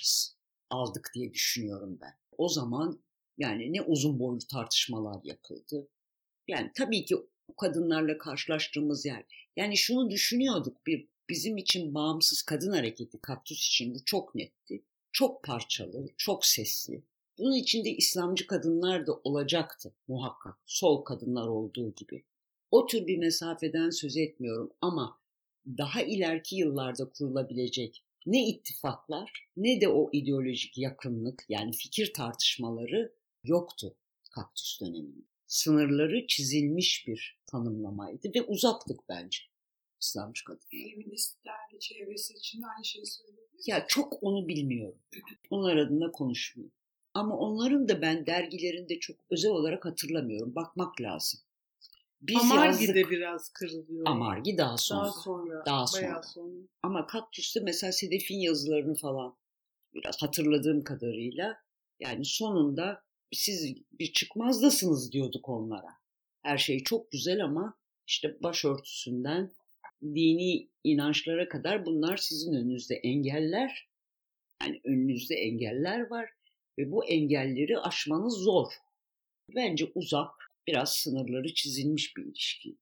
aldık diye düşünüyorum ben. O zaman yani ne uzun boylu tartışmalar yapıldı. Yani tabii ki o kadınlarla karşılaştığımız yer. Yani şunu düşünüyorduk, bizim için bağımsız kadın hareketi kaktüs için bu çok netti. Çok parçalı, çok sesli. Bunun içinde İslamcı kadınlar da olacaktı muhakkak. Sol kadınlar olduğu gibi. O tür bir mesafeden söz etmiyorum ama daha ileriki yıllarda kurulabilecek ne ittifaklar ne de o ideolojik yakınlık yani fikir tartışmaları yoktu kaktüs döneminde. Sınırları çizilmiş bir tanımlamaydı ve uzaktık bence İslamcı kadınlar. Feministlerle çevresi için aynı şeyi söylüyor. Ya çok onu bilmiyorum. Onlar adına konuşmuyorum. Ama onların da ben dergilerinde çok özel olarak hatırlamıyorum. Bakmak lazım. Amargi'de biraz kırılıyor. Amargi daha sonra. Daha sonra. Ama kaktüste mesela Sedef'in yazılarını falan biraz hatırladığım kadarıyla yani sonunda siz bir çıkmazdasınız diyorduk onlara. Her şey çok güzel ama işte başörtüsünden dini inançlara kadar bunlar sizin önünüzde engeller. Yani önünüzde engeller var ve bu engelleri aşmanız zor. Bence uzak, biraz sınırları çizilmiş bir ilişkiydi.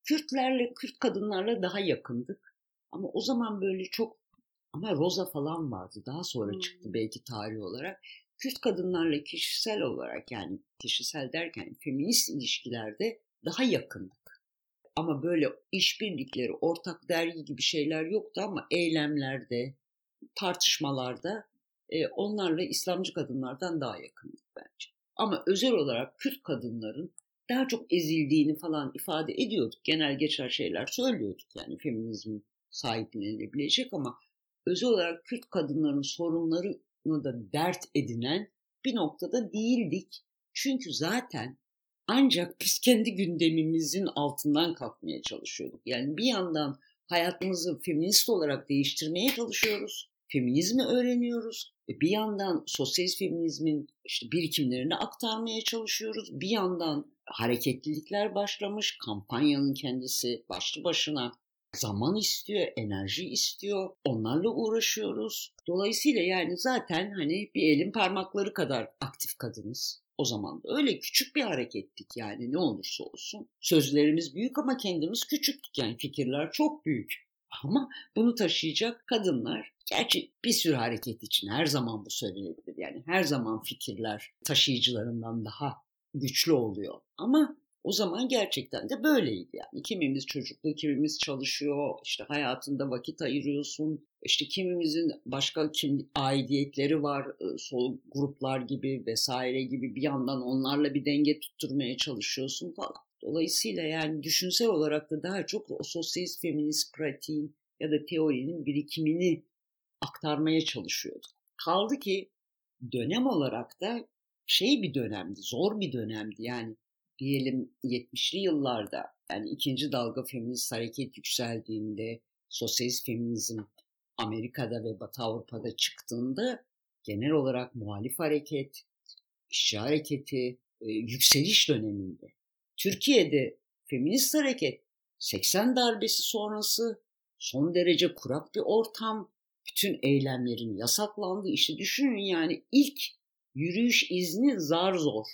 Kürt kadınlarla daha yakındık. Ama o zaman böyle çok, ama Roza falan vardı. Daha sonra çıktı belki tarih olarak. Kürt kadınlarla kişisel olarak yani kişisel derken feminist ilişkilerde daha yakındık. Ama böyle işbirlikleri, ortak dergi gibi şeyler yoktu ama eylemlerde, tartışmalarda onlarla İslamcı kadınlardan daha yakındık bence. Ama özel olarak Kürt kadınların daha çok ezildiğini falan ifade ediyorduk. Genel geçer şeyler söylüyorduk yani feminizmin sahiplenilebilecek ama özel olarak Kürt kadınların sorunlarını da dert edinen bir noktada değildik. Çünkü zaten ancak biz kendi gündemimizin altından kalkmaya çalışıyorduk. Yani bir yandan hayatımızı feminist olarak değiştirmeye çalışıyoruz. Feminizmi öğreniyoruz. Bir yandan sosyalist feminizmin işte birikimlerini aktarmaya çalışıyoruz. Bir yandan hareketlilikler başlamış. Kampanyanın kendisi başlı başına zaman istiyor, enerji istiyor. Onlarla uğraşıyoruz. Dolayısıyla yani zaten hani bir elin parmakları kadar aktif kadınız. O zaman da öyle küçük bir harekettik yani ne olursa olsun. Sözlerimiz büyük ama kendimiz küçüktük yani fikirler çok büyük. Ama bunu taşıyacak kadınlar, gerçi bir sürü hareket için her zaman bu söylenebilir. Yani her zaman fikirler taşıyıcılarından daha güçlü oluyor. Ama o zaman gerçekten de böyleydi yani. Kimimiz çocuklu, kimimiz çalışıyor, işte hayatında vakit ayırıyorsun. İşte kimimizin başka aidiyetleri var, sol gruplar gibi vesaire gibi bir yandan onlarla bir denge tutturmaya çalışıyorsun falan. Dolayısıyla yani düşünsel olarak da daha çok o sosyalist feminist pratiğin ya da teorinin birikimini aktarmaya çalışıyordu. Kaldı ki dönem olarak da bir dönemdi, zor bir dönemdi yani. Diyelim 70'li yıllarda yani ikinci dalga feminist hareket yükseldiğinde sosyalist feminizm Amerika'da ve Batı Avrupa'da çıktığında genel olarak muhalif hareket, işçi hareketi yükseliş döneminde. Türkiye'de feminist hareket 80 darbesi sonrası son derece kurak bir ortam, bütün eylemlerin yasaklandığı işte düşünün yani ilk yürüyüş izni zar zor.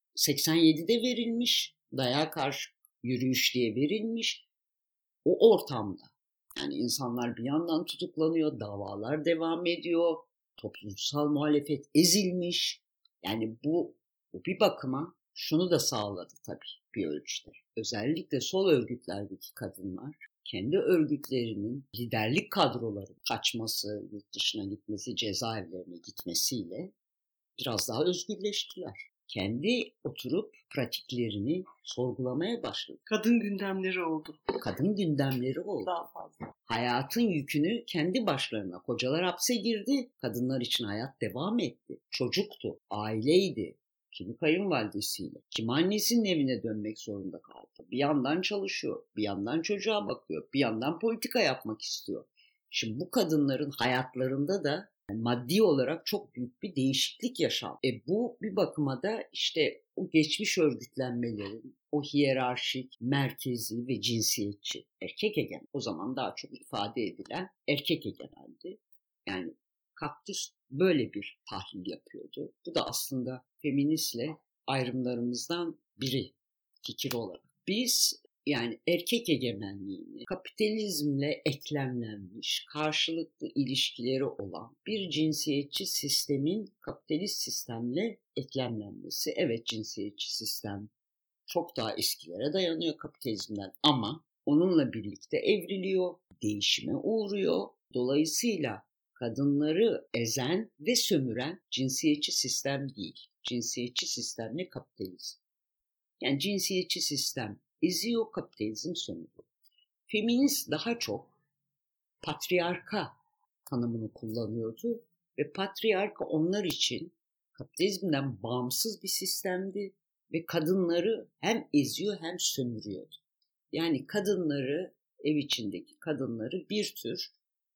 87'de verilmiş, dayağa karşı yürüyüş diye verilmiş. O ortamda yani insanlar bir yandan tutuklanıyor, davalar devam ediyor, toplumsal muhalefet ezilmiş. Yani bu bir bakıma şunu da sağladı tabii bir ölçüde. Özellikle sol örgütlerdeki kadınlar kendi örgütlerinin liderlik kadroları kaçması, yurt dışına gitmesi, cezaevlerine gitmesiyle biraz daha özgürleştiler. Kendi oturup pratiklerini sorgulamaya başladı. Kadın gündemleri oldu. Kadın gündemleri oldu. Daha fazla. Hayatın yükünü kendi başlarına. Kocalar hapse girdi. Kadınlar için hayat devam etti. Çocuktu, aileydi. Kimi kayınvalidesiyle, kimi annesinin evine dönmek zorunda kaldı. Bir yandan çalışıyor, bir yandan çocuğa bakıyor, bir yandan politika yapmak istiyor. Şimdi bu kadınların hayatlarında da maddi olarak çok büyük bir değişiklik yaşandı. Bu bir bakıma da işte o geçmiş örgütlenmelerin, o hiyerarşik, merkezi ve cinsiyetçi, erkek egemen, o zaman daha çok ifade edilen erkek egemendi. Yani Kaktüs böyle bir tahlil yapıyordu. Bu da aslında feministle ayrımlarımızdan biri fikir olarak. Biz yani erkek egemenliğini kapitalizmle eklemlenmiş, karşılıklı ilişkileri olan bir cinsiyetçi sistemin kapitalist sistemle eklemlenmesi. Evet, cinsiyetçi sistem çok daha eskilere dayanıyor kapitalizmden ama onunla birlikte evriliyor, değişime uğruyor. Dolayısıyla kadınları ezen ve sömüren cinsiyetçi sistem değil. Cinsiyetçi sistemle kapitalizm. Yani cinsiyetçi sistem eziyor, kapitalizm sömürüyor. Feminist daha çok patriarka tanımını kullanıyordu ve patriarka onlar için kapitalizmden bağımsız bir sistemdi ve kadınları hem eziyor hem sömürüyordu. Yani kadınları, ev içindeki kadınları bir tür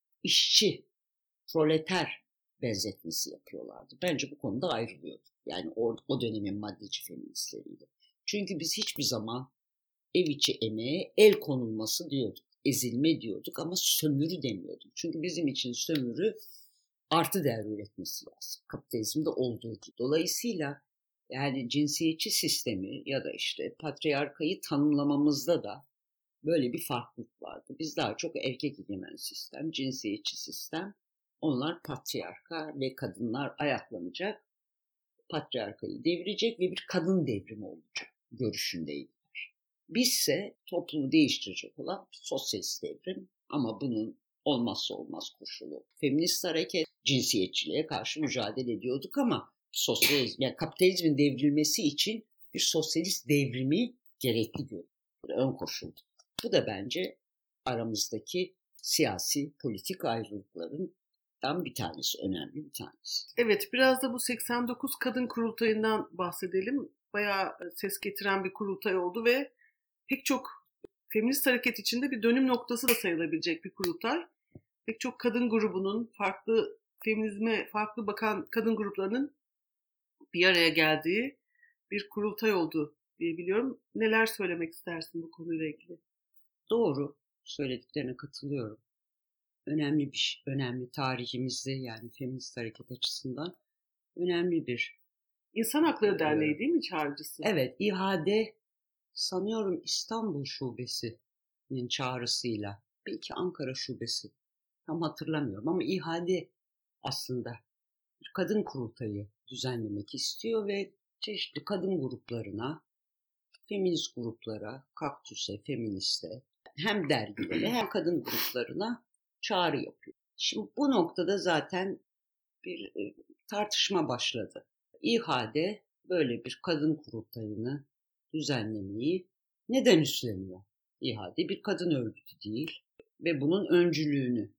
işçi, proleter benzetmesi yapıyorlardı. Bence bu konuda ayrılıyordu. Yani o dönemin maddeci feministleriyle. Çünkü biz hiçbir zaman ev içi emeğe el konulması diyorduk. Ezilme diyorduk ama sömürü demiyorduk. Çünkü bizim için sömürü artı değer üretmesi lazım. Kapitalizmde olduğu gibi. Dolayısıyla yani cinsiyetçi sistemi ya da işte patriarkayı tanımlamamızda da böyle bir farklılık vardı. Biz daha çok erkek egemen sistem, cinsiyetçi sistem. Onlar patriarka ve kadınlar ayaklanacak, patriarkayı devirecek ve bir kadın devrimi olacak görüşündeydiler. Bizse toplumu değiştirecek olan sosyalist devrim ama bunun olmazsa olmaz koşulu. Feminist hareket, cinsiyetçiliğe karşı mücadele ediyorduk ama sosyalizm, yani kapitalizmin devrilmesi için bir sosyalist devrimi gerekli görüyordu. Ön koşuldu. Bu da bence aramızdaki siyasi, politik ayrılıklarından bir tanesi, önemli bir tanesi. Evet, biraz da bu 89 Kadın Kurultayı'ndan bahsedelim. Bayağı ses getiren bir kurultay oldu ve pek çok feminist hareket içinde bir dönüm noktası da sayılabilecek bir kurultay. Pek çok kadın grubunun, farklı feminizme farklı bakan kadın gruplarının bir araya geldiği bir kurultay oldu diye biliyorum. Neler söylemek istersin bu konuyla ilgili? Doğru, söylediklerine katılıyorum. Önemli önemli tarihimizde yani feminist hareket açısından önemli bir. İnsan Hakları Derneği değil mi çağrıcısı? Evet, İHA'de sanıyorum İstanbul Şubesi'nin çağrısıyla, belki Ankara Şubesi, tam hatırlamıyorum ama İHA'de aslında bir kadın kurultayı düzenlemek istiyor ve çeşitli kadın gruplarına, feminist gruplara, Kaktüs'e, Feminist'e, hem dergilere hem kadın gruplarına çağrı yapıyor. Şimdi bu noktada zaten bir tartışma başladı. İHA'de böyle bir kadın kurultayını düzenlemeyi neden üstleniyor? İHA'de bir kadın örgütü değil ve bunun öncülüğünü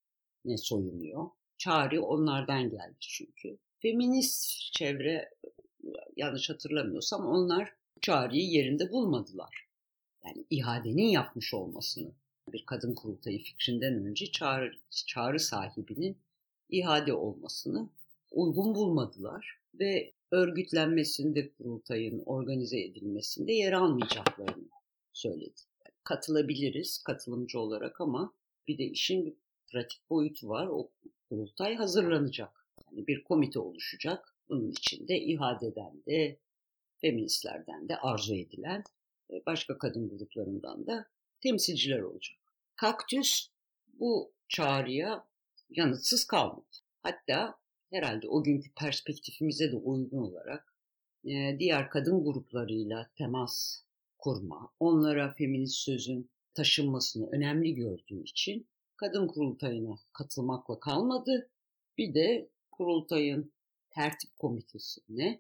ne soyunuyor? Çağrı onlardan geldi çünkü. Feminist çevre, yanlış hatırlamıyorsam, onlar çağrıyı yerinde bulmadılar. Yani İHA'denin yapmış olmasını, bir kadın kurultayı fikrinden önce çağrı sahibinin İHA'de olmasını uygun bulmadılar ve örgütlenmesinde, kurultayın organize edilmesinde yer almayacaklarını söyledi. Yani katılabiliriz katılımcı olarak ama bir de işin bir pratik boyutu var. O kurultay hazırlanacak. Yani bir komite oluşacak. Bunun içinde İHA'den de, feministlerden de arzu edilen başka kadın gruplarından da temsilciler olacak. Kaktüs bu çağrıya yanıtsız kalmadı. Hatta herhalde o günkü perspektifimize de uygun olarak diğer kadın gruplarıyla temas kurma, onlara feminist sözün taşınmasını önemli gördüğü için kadın kurultayına katılmakla kalmadı. Bir de kurultayın tertip komitesine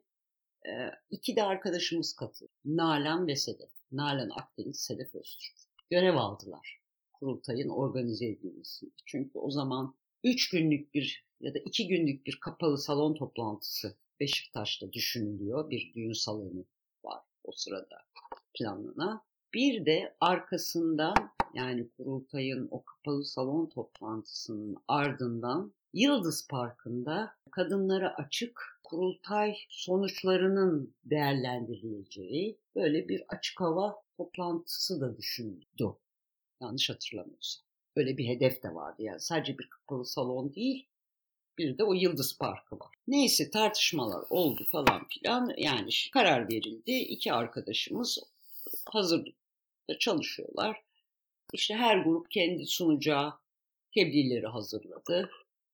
2 de arkadaşımız katıldı. Nalan ve Sedef. Nalan Akdeniz, Sedef Öztürk. Görev aldılar kurultayın organize edilmesinde. Çünkü o zaman 3 günlük bir ya da 2 günlük bir kapalı salon toplantısı Beşiktaş'ta düşünülüyor. Bir düğün salonu var o sırada planlanan. Bir de arkasından, yani kurultayın o kapalı salon toplantısının ardından Yıldız Parkı'nda kadınlara açık kurultay sonuçlarının değerlendirileceği böyle bir açık hava toplantısı da düşünüldü. Yanlış hatırlamıyorsam. Böyle bir hedef de vardı. Yani sadece bir kapalı salon değil, bir de o Yıldız Parkı var. Neyse, tartışmalar oldu falan filan. Yani karar verildi. 2 arkadaşımız hazırlıkta çalışıyorlar. İşte her grup kendi sunacağı tebliğleri hazırladı.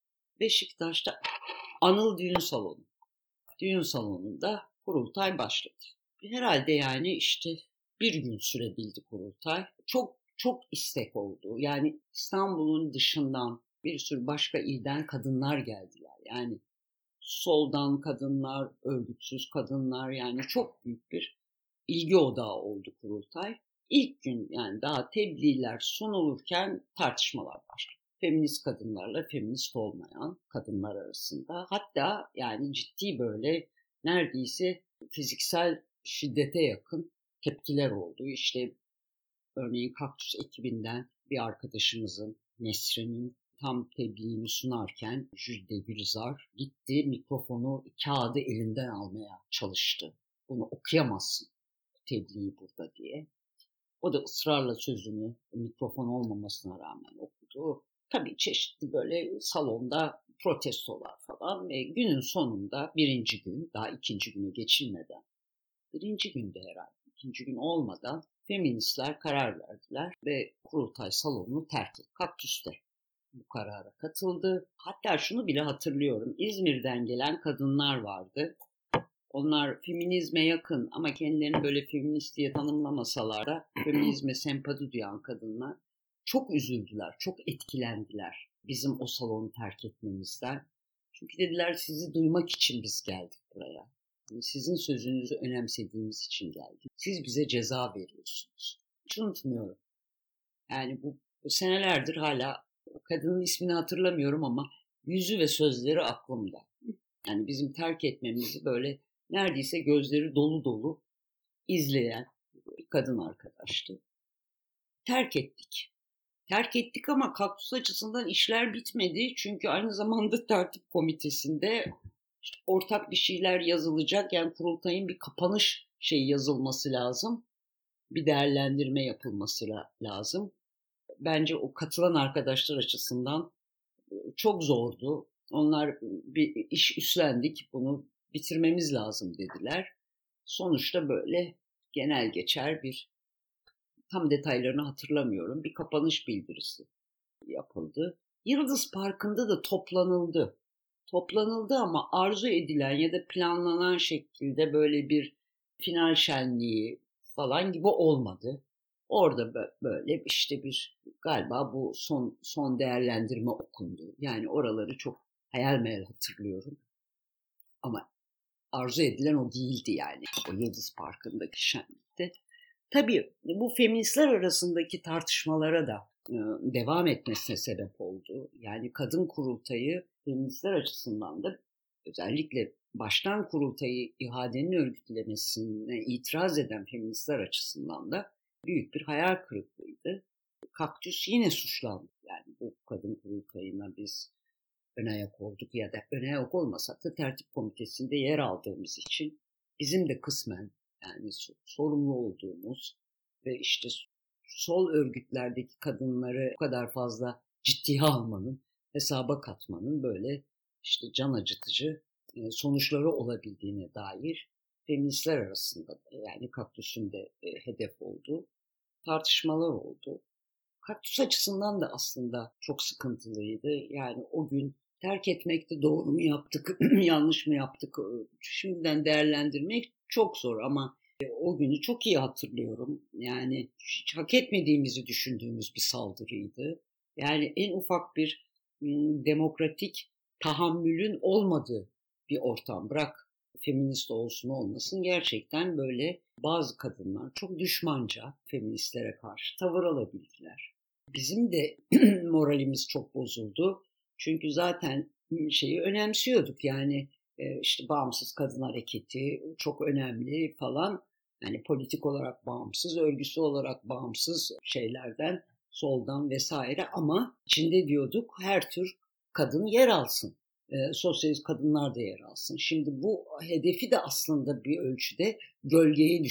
Beşiktaş'ta Anıl Düğün Salonu. Düğün salonunda kurultay başladı. Herhalde yani işte bir gün sürebildi kurultay. Çok istek oldu. Yani İstanbul'un dışından bir sürü başka ilden kadınlar geldiler. Yani soldan kadınlar, örgütsüz kadınlar, yani çok büyük bir ilgi odağı oldu kurultay. İlk gün, yani daha tebliğler sunulurken tartışmalar başladı. Feminist kadınlarla feminist olmayan kadınlar arasında. Hatta yani ciddi böyle neredeyse fiziksel şiddete yakın tepkiler oldu. İşte örneğin Kaktüs ekibinden bir arkadaşımızın, Nesrin'in tam tebliğini sunarken Jülde Gülizar gitti, mikrofonu, kağıdı elinden almaya çalıştı. Bunu okuyamazsın, tebliği burada diye. O da ısrarla sözünü mikrofon olmamasına rağmen okudu. Tabii çeşitli böyle salonda protestolar falan ve günün sonunda birinci gün, daha ikinci güne geçilmeden, birinci günde herhalde, ikinci gün olmadan feministler karar verdiler ve kurultay salonunu terk etti. Kaktüs'te bu karara katıldı. Hatta şunu bile hatırlıyorum, İzmir'den gelen kadınlar vardı. Onlar feminizme yakın ama kendilerini böyle feminist diye tanımlamasalar da feminizme sempati duyan kadınlar çok üzüldüler, çok etkilendiler bizim o salonu terk etmemizden. Çünkü dediler, sizi duymak için biz geldik buraya. Yani sizin sözünüzü önemsediğimiz için geldik. Siz bize ceza veriyorsunuz. Hiç unutmuyorum. Yani bu senelerdir hala kadının ismini hatırlamıyorum ama yüzü ve sözleri aklımda. Yani bizim terk etmemizi böyle neredeyse gözleri dolu dolu izleyen bir kadın arkadaştı. Terk ettik. Terk ettik ama Kaktüs açısından işler bitmedi. Çünkü aynı zamanda tertip komitesinde işte ortak bir şeyler yazılacak. Yani kurultayın bir kapanış yazılması lazım. Bir değerlendirme yapılması lazım. Bence o katılan arkadaşlar açısından çok zordu. Onlar bir iş üstlendik, bunu bitirmemiz lazım dediler. Sonuçta böyle genel geçer bir, tam detaylarını hatırlamıyorum, bir kapanış bildirisi yapıldı. Yıldız Parkı'nda da toplanıldı. Toplanıldı ama arzu edilen ya da planlanan şekilde böyle bir final şenliği falan gibi olmadı. Orada böyle işte bir, galiba bu son değerlendirme okundu. Yani oraları çok hayal meyal hatırlıyorum. Ama arzu edilen o değildi yani. O Yıldız Parkı'ndaki şenlikte. Tabii bu feministler arasındaki tartışmalara da devam etmesine sebep oldu. Yani kadın kurultayı feministler açısından da, özellikle baştan kurultayı ihadenin örgütlemesine itiraz eden feministler açısından da büyük bir hayal kırıklığıydı. Kaktüs yine suçlandı. Yani bu kadın kurultayına biz ön ayak olduk ya da ön ayak olmasak da tertip komitesinde yer aldığımız için bizim de kısmen yani sorumlu olduğumuz ve işte sol örgütlerdeki kadınları o kadar fazla ciddiye almanın, hesaba katmanın böyle işte can acıtıcı sonuçları olabildiğine dair feministler arasında, yani Kaktüs'ün de hedef olduğu tartışmalar oldu. Kaktüs açısından da aslında çok sıkıntılıydı. Yani o gün terk etmekte doğru mu yaptık, yanlış mı yaptık, şimdiden değerlendirmek çok zor ama o günü çok iyi hatırlıyorum. Yani hiç hak etmediğimizi düşündüğümüz bir saldırıydı. Yani en ufak bir demokratik tahammülün olmadığı bir ortam. Bırak feminist olsun olmasın, gerçekten böyle bazı kadınlar çok düşmanca feministlere karşı tavır alabildiler. Bizim de moralimiz çok bozuldu. Çünkü zaten şeyi önemsiyorduk, yani işte bağımsız kadın hareketi çok önemli falan. Yani politik olarak bağımsız, örgüsü olarak bağımsız şeylerden, soldan vesaire, ama içinde diyorduk her tür kadın yer alsın. Sosyalist kadınlar da yer alsın. Şimdi bu hedefi de aslında bir ölçüde gölgeye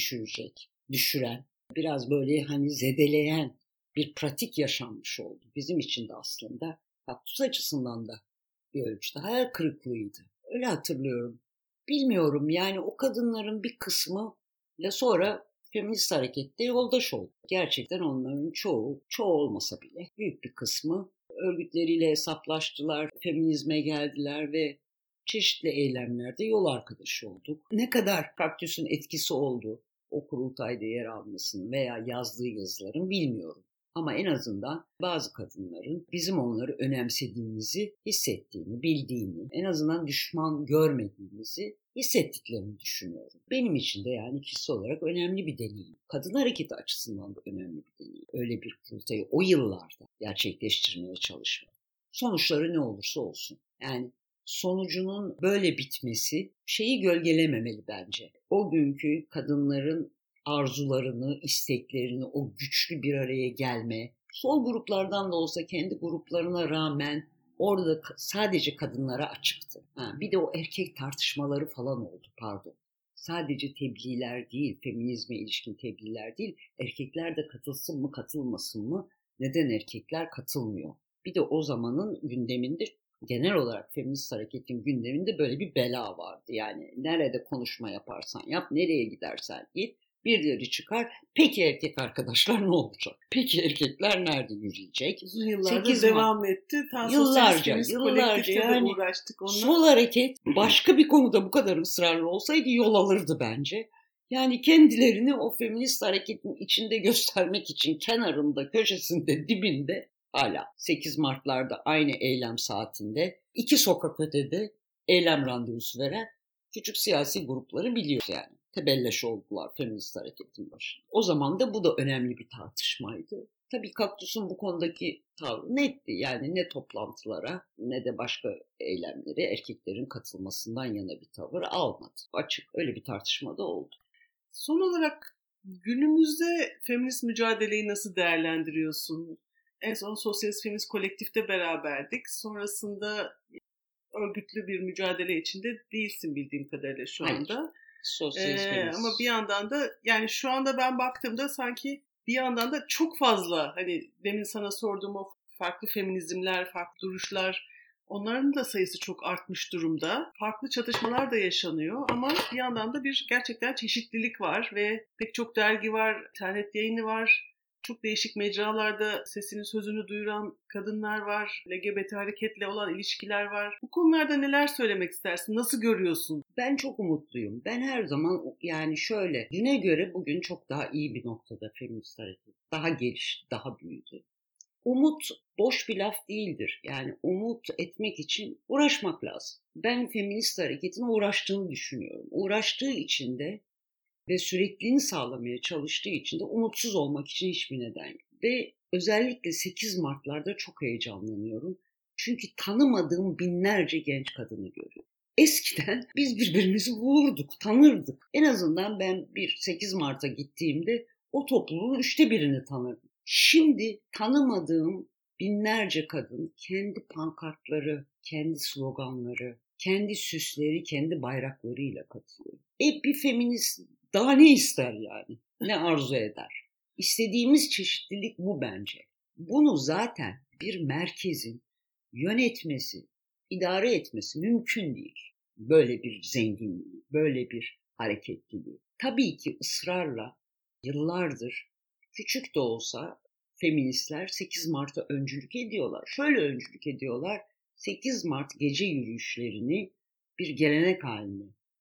düşüren, biraz böyle hani zedeleyen bir pratik yaşanmış oldu. Bizim için de aslında kaktüs açısından da bir ölçüde hayal kırıklığıydı. Öyle hatırlıyorum. Bilmiyorum, yani o kadınların bir kısmı ile sonra feminist harekette yoldaş oldu. Gerçekten onların çoğu olmasa bile büyük bir kısmı örgütleriyle hesaplaştılar, feminizme geldiler ve çeşitli eylemlerde yol arkadaşı olduk. Ne kadar kaktüsün etkisi oldu o kurultayda yer almasının veya yazdığı yazıların bilmiyorum. Ama en azından bazı kadınların bizim onları önemsediğimizi hissettiğini, bildiğini, en azından düşman görmediğimizi hissettiklerini düşünüyorum. Benim için de yani kişisel olarak önemli bir deneyim. Kadın hareketi açısından da önemli bir deneyim. Öyle bir kurultayı o yıllarda gerçekleştirmeye çalışmak. Sonuçları ne olursa olsun. Yani sonucunun böyle bitmesi şeyi gölgelememeli bence. O günkü kadınların arzularını, isteklerini, o güçlü bir araya gelme, sol gruplardan da olsa kendi gruplarına rağmen orada sadece kadınlara açıktı. Bir de o erkek tartışmaları falan oldu, pardon. Sadece tebliğler değil, feminizme ilişkin tebliğler değil, erkekler de katılsın mı katılmasın mı, neden erkekler katılmıyor? Bir de o zamanın gündeminde, genel olarak feminist hareketin gündeminde böyle bir bela vardı. Yani nerede konuşma yaparsan yap, nereye gidersen git, birileri çıkar. Peki erkek arkadaşlar ne olacak? Peki erkekler nerede yürüyecek? Uzun yıllardır devam etti. Yıllarca yani uğraştık onunla. Sol hareket başka bir konuda bu kadar ısrarlı olsaydı yol alırdı bence. Yani kendilerini o feminist hareketin içinde göstermek için kenarında, köşesinde, dibinde, hala 8 Mart'larda aynı eylem saatinde 2 sokak ötede eylem randevusu veren küçük siyasi grupları biliyoruz yani. Tebelleş oldular feminist hareketin başında. O zaman da bu da önemli bir tartışmaydı. Tabii kaktüsün bu konudaki tavrı netti. Yani ne toplantılara ne de başka eylemlere erkeklerin katılmasından yana bir tavır almadı. Açık, öyle bir tartışma da oldu. Son olarak günümüzde feminist mücadeleyi nasıl değerlendiriyorsun? En son Sosyalist Feminist Kolektif'te beraberdik. Sonrasında örgütlü bir mücadele içinde değilsin bildiğim kadarıyla şu anda. Hayır. Sosyalist feminist. Ama bir yandan da yani şu anda ben baktığımda sanki bir yandan da çok fazla, hani demin sana sorduğum o farklı feminizmler, farklı duruşlar, onların da sayısı çok artmış durumda. Farklı çatışmalar da yaşanıyor ama bir yandan da bir gerçekten çeşitlilik var ve pek çok dergi var, internet yayını var. Çok değişik mecralarda sesini sözünü duyuran kadınlar var. LGBT hareketle olan ilişkiler var. Bu konularda neler söylemek istersin? Nasıl görüyorsun? Ben çok umutluyum. Ben her zaman yani şöyle, düne göre bugün çok daha iyi bir noktada feminist hareket. Daha gelişti, daha büyüdü. Umut boş bir laf değildir. Yani umut etmek için uğraşmak lazım. Ben feminist hareketin uğraştığını düşünüyorum. Uğraştığı için de ve sürekliliğini sağlamaya çalıştığı için de umutsuz olmak için hiçbir neden yok. Ve özellikle 8 Mart'larda çok heyecanlanıyorum. Çünkü tanımadığım binlerce genç kadını görüyorum. Eskiden biz birbirimizi bulurduk, tanırdık. En azından ben bir 8 Mart'a gittiğimde o topluluğun 1/3'ünü tanırdım. Şimdi tanımadığım binlerce kadın kendi pankartları, kendi sloganları, kendi süsleri, kendi bayraklarıyla katılıyor. Bir feminist daha ne ister yani? Ne arzu eder? İstediğimiz çeşitlilik bu bence. Bunu zaten bir merkezin yönetmesi, idare etmesi mümkün değil. Böyle bir zenginliği, böyle bir hareketliliği. Tabii ki ısrarla yıllardır küçük de olsa feministler 8 Mart'a öncülük ediyorlar. Şöyle öncülük ediyorlar. 8 Mart gece yürüyüşlerini bir gelenek haline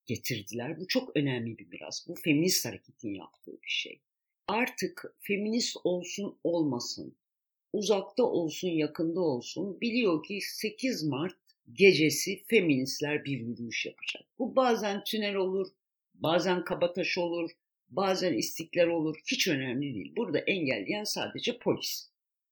getirdiler. Bu çok önemli bir miras. Bu feminist hareketin yaptığı bir şey. Artık feminist olsun olmasın, uzakta olsun yakında olsun biliyor ki 8 Mart gecesi feministler bir yürüyüş yapacak. Bu bazen tünel olur, bazen Kabataş olur, bazen İstiklal olur. Hiç önemli değil. Burada engelleyen sadece polis.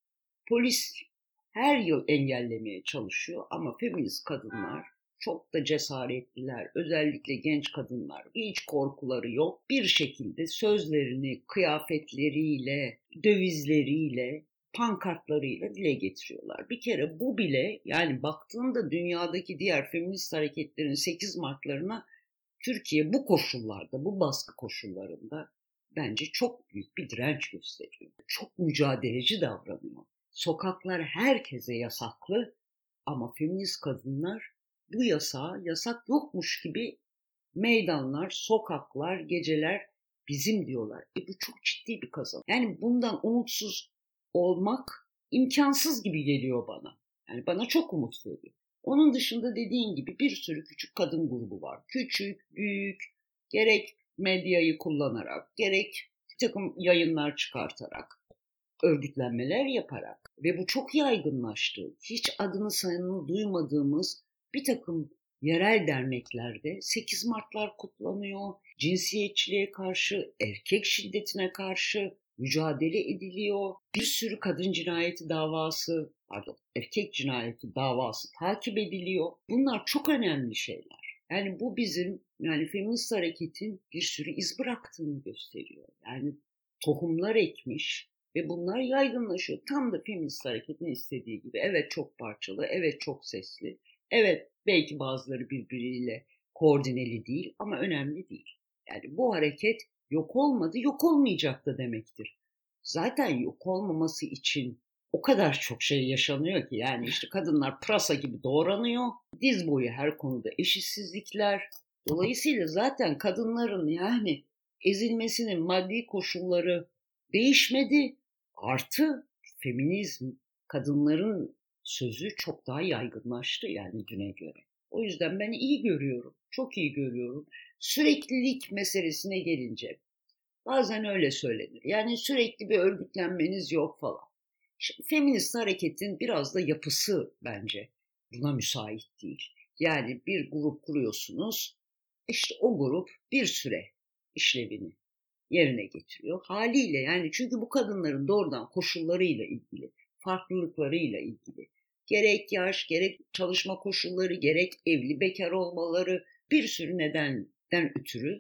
Polis her yıl engellemeye çalışıyor ama feminist kadınlar çok da cesaretliler. Özellikle genç kadınlar. Hiç korkuları yok. Bir şekilde sözlerini, kıyafetleriyle, dövizleriyle, pankartlarıyla dile getiriyorlar. Bir kere bu bile, yani baktığında dünyadaki diğer feminist hareketlerin 8 Mart'larına Türkiye bu koşullarda, bu baskı koşullarında bence çok büyük bir direnç gösteriyor. Çok mücadeleci davranıyor. Sokaklar herkese yasaklı ama feminist kadınlar bu yasak yokmuş gibi meydanlar, sokaklar, geceler bizim diyorlar. Bu çok ciddi bir kazanım. Yani bundan umutsuz olmak imkansız gibi geliyor bana. Yani bana çok umut veriyor. Onun dışında dediğin gibi bir sürü küçük kadın grubu var. Küçük, büyük, gerek medyayı kullanarak, gerek bir takım yayınlar çıkartarak, örgütlenmeler yaparak ve bu çok yaygınlaştı. Hiç adını sanını duymadığımız bir takım yerel derneklerde 8 Mart'lar kutlanıyor. Cinsiyetçiliğe karşı, erkek şiddetine karşı mücadele ediliyor. Bir sürü kadın cinayeti davası, erkek cinayeti davası takip ediliyor. Bunlar çok önemli şeyler. Yani bu bizim, yani feminist hareketin bir sürü iz bıraktığını gösteriyor. Yani tohumlar ekmiş ve bunlar yaygınlaşıyor. Tam da feminist hareketin istediği gibi. Evet çok parçalı, evet çok sesli. Evet belki bazıları birbiriyle koordineli değil ama önemli değil. Yani bu hareket yok olmadı, yok olmayacak da demektir. Zaten yok olmaması için o kadar çok şey yaşanıyor ki, yani işte kadınlar pırasa gibi doğranıyor. Diz boyu her konuda eşitsizlikler. Dolayısıyla zaten kadınların yani ezilmesinin maddi koşulları değişmedi. Artı feminizm, kadınların sözü çok daha yaygınlaştı yani düne göre. O yüzden ben iyi görüyorum, çok iyi görüyorum. Süreklilik meselesine gelince bazen öyle söylenir. Yani sürekli bir örgütlenmeniz yok falan. Şimdi, feminist hareketin biraz da yapısı bence buna müsait değil. Yani bir grup kuruyorsunuz, işte o grup bir süre işlevini yerine getiriyor. Haliyle yani çünkü bu kadınların doğrudan koşullarıyla ilgili, farklılıklarıyla ilgili, gerek yaş, gerek çalışma koşulları, gerek evli bekar olmaları, bir sürü nedenden ötürü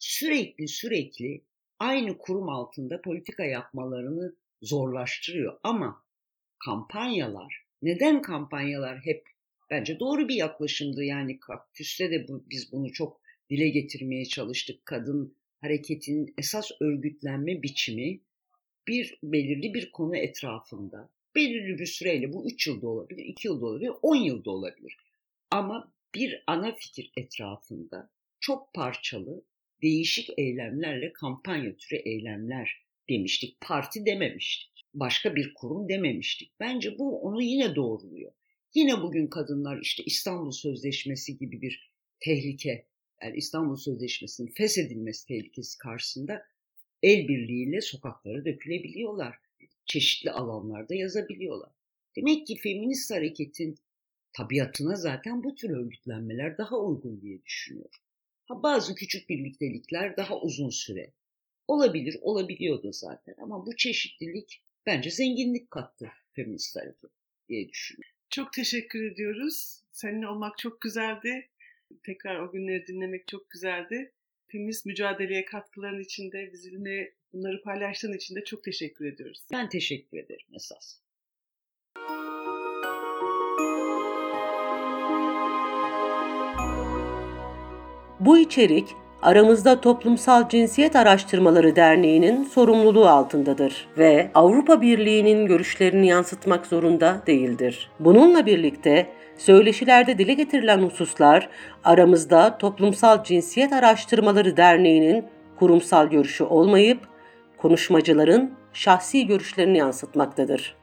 sürekli aynı kurum altında politika yapmalarını zorlaştırıyor. Ama kampanyalar, neden kampanyalar hep bence doğru bir yaklaşımdı. Yani Kaktüs'te de biz bunu çok dile getirmeye çalıştık. Kadın hareketinin esas örgütlenme biçimi belirli bir konu etrafında, belirli bir süreyle, bu 3 yılda olabilir, 2 yılda olabilir, 10 yılda olabilir. Ama bir ana fikir etrafında çok parçalı, değişik eylemlerle kampanya türü eylemler demiştik. Parti dememiştik. Başka bir kurum dememiştik. Bence bu onu yine doğruluyor. Yine bugün kadınlar işte İstanbul Sözleşmesi gibi bir tehlike, yani İstanbul Sözleşmesi'nin feshedilmesi tehlikesi karşısında el birliğiyle sokaklara dökülebiliyorlar. Çeşitli alanlarda yazabiliyorlar. Demek ki feminist hareketin tabiatına zaten bu tür örgütlenmeler daha uygun diye düşünüyorum. Bazı küçük birliktelikler daha uzun süre olabilir, olabiliyordu zaten ama bu çeşitlilik bence zenginlik kattı feminist hareket diye düşünüyorum. Çok teşekkür ediyoruz. Seninle olmak çok güzeldi. Tekrar o günleri dinlemek çok güzeldi. Feminist mücadeleye katkıların için de bizimle bunları paylaştığın için de çok teşekkür ediyoruz. Ben teşekkür ederim esas. Bu içerik Aramızda Toplumsal Cinsiyet Araştırmaları Derneği'nin sorumluluğu altındadır ve Avrupa Birliği'nin görüşlerini yansıtmak zorunda değildir. Bununla birlikte söyleşilerde dile getirilen hususlar Aramızda Toplumsal Cinsiyet Araştırmaları Derneği'nin kurumsal görüşü olmayıp konuşmacıların şahsi görüşlerini yansıtmaktadır.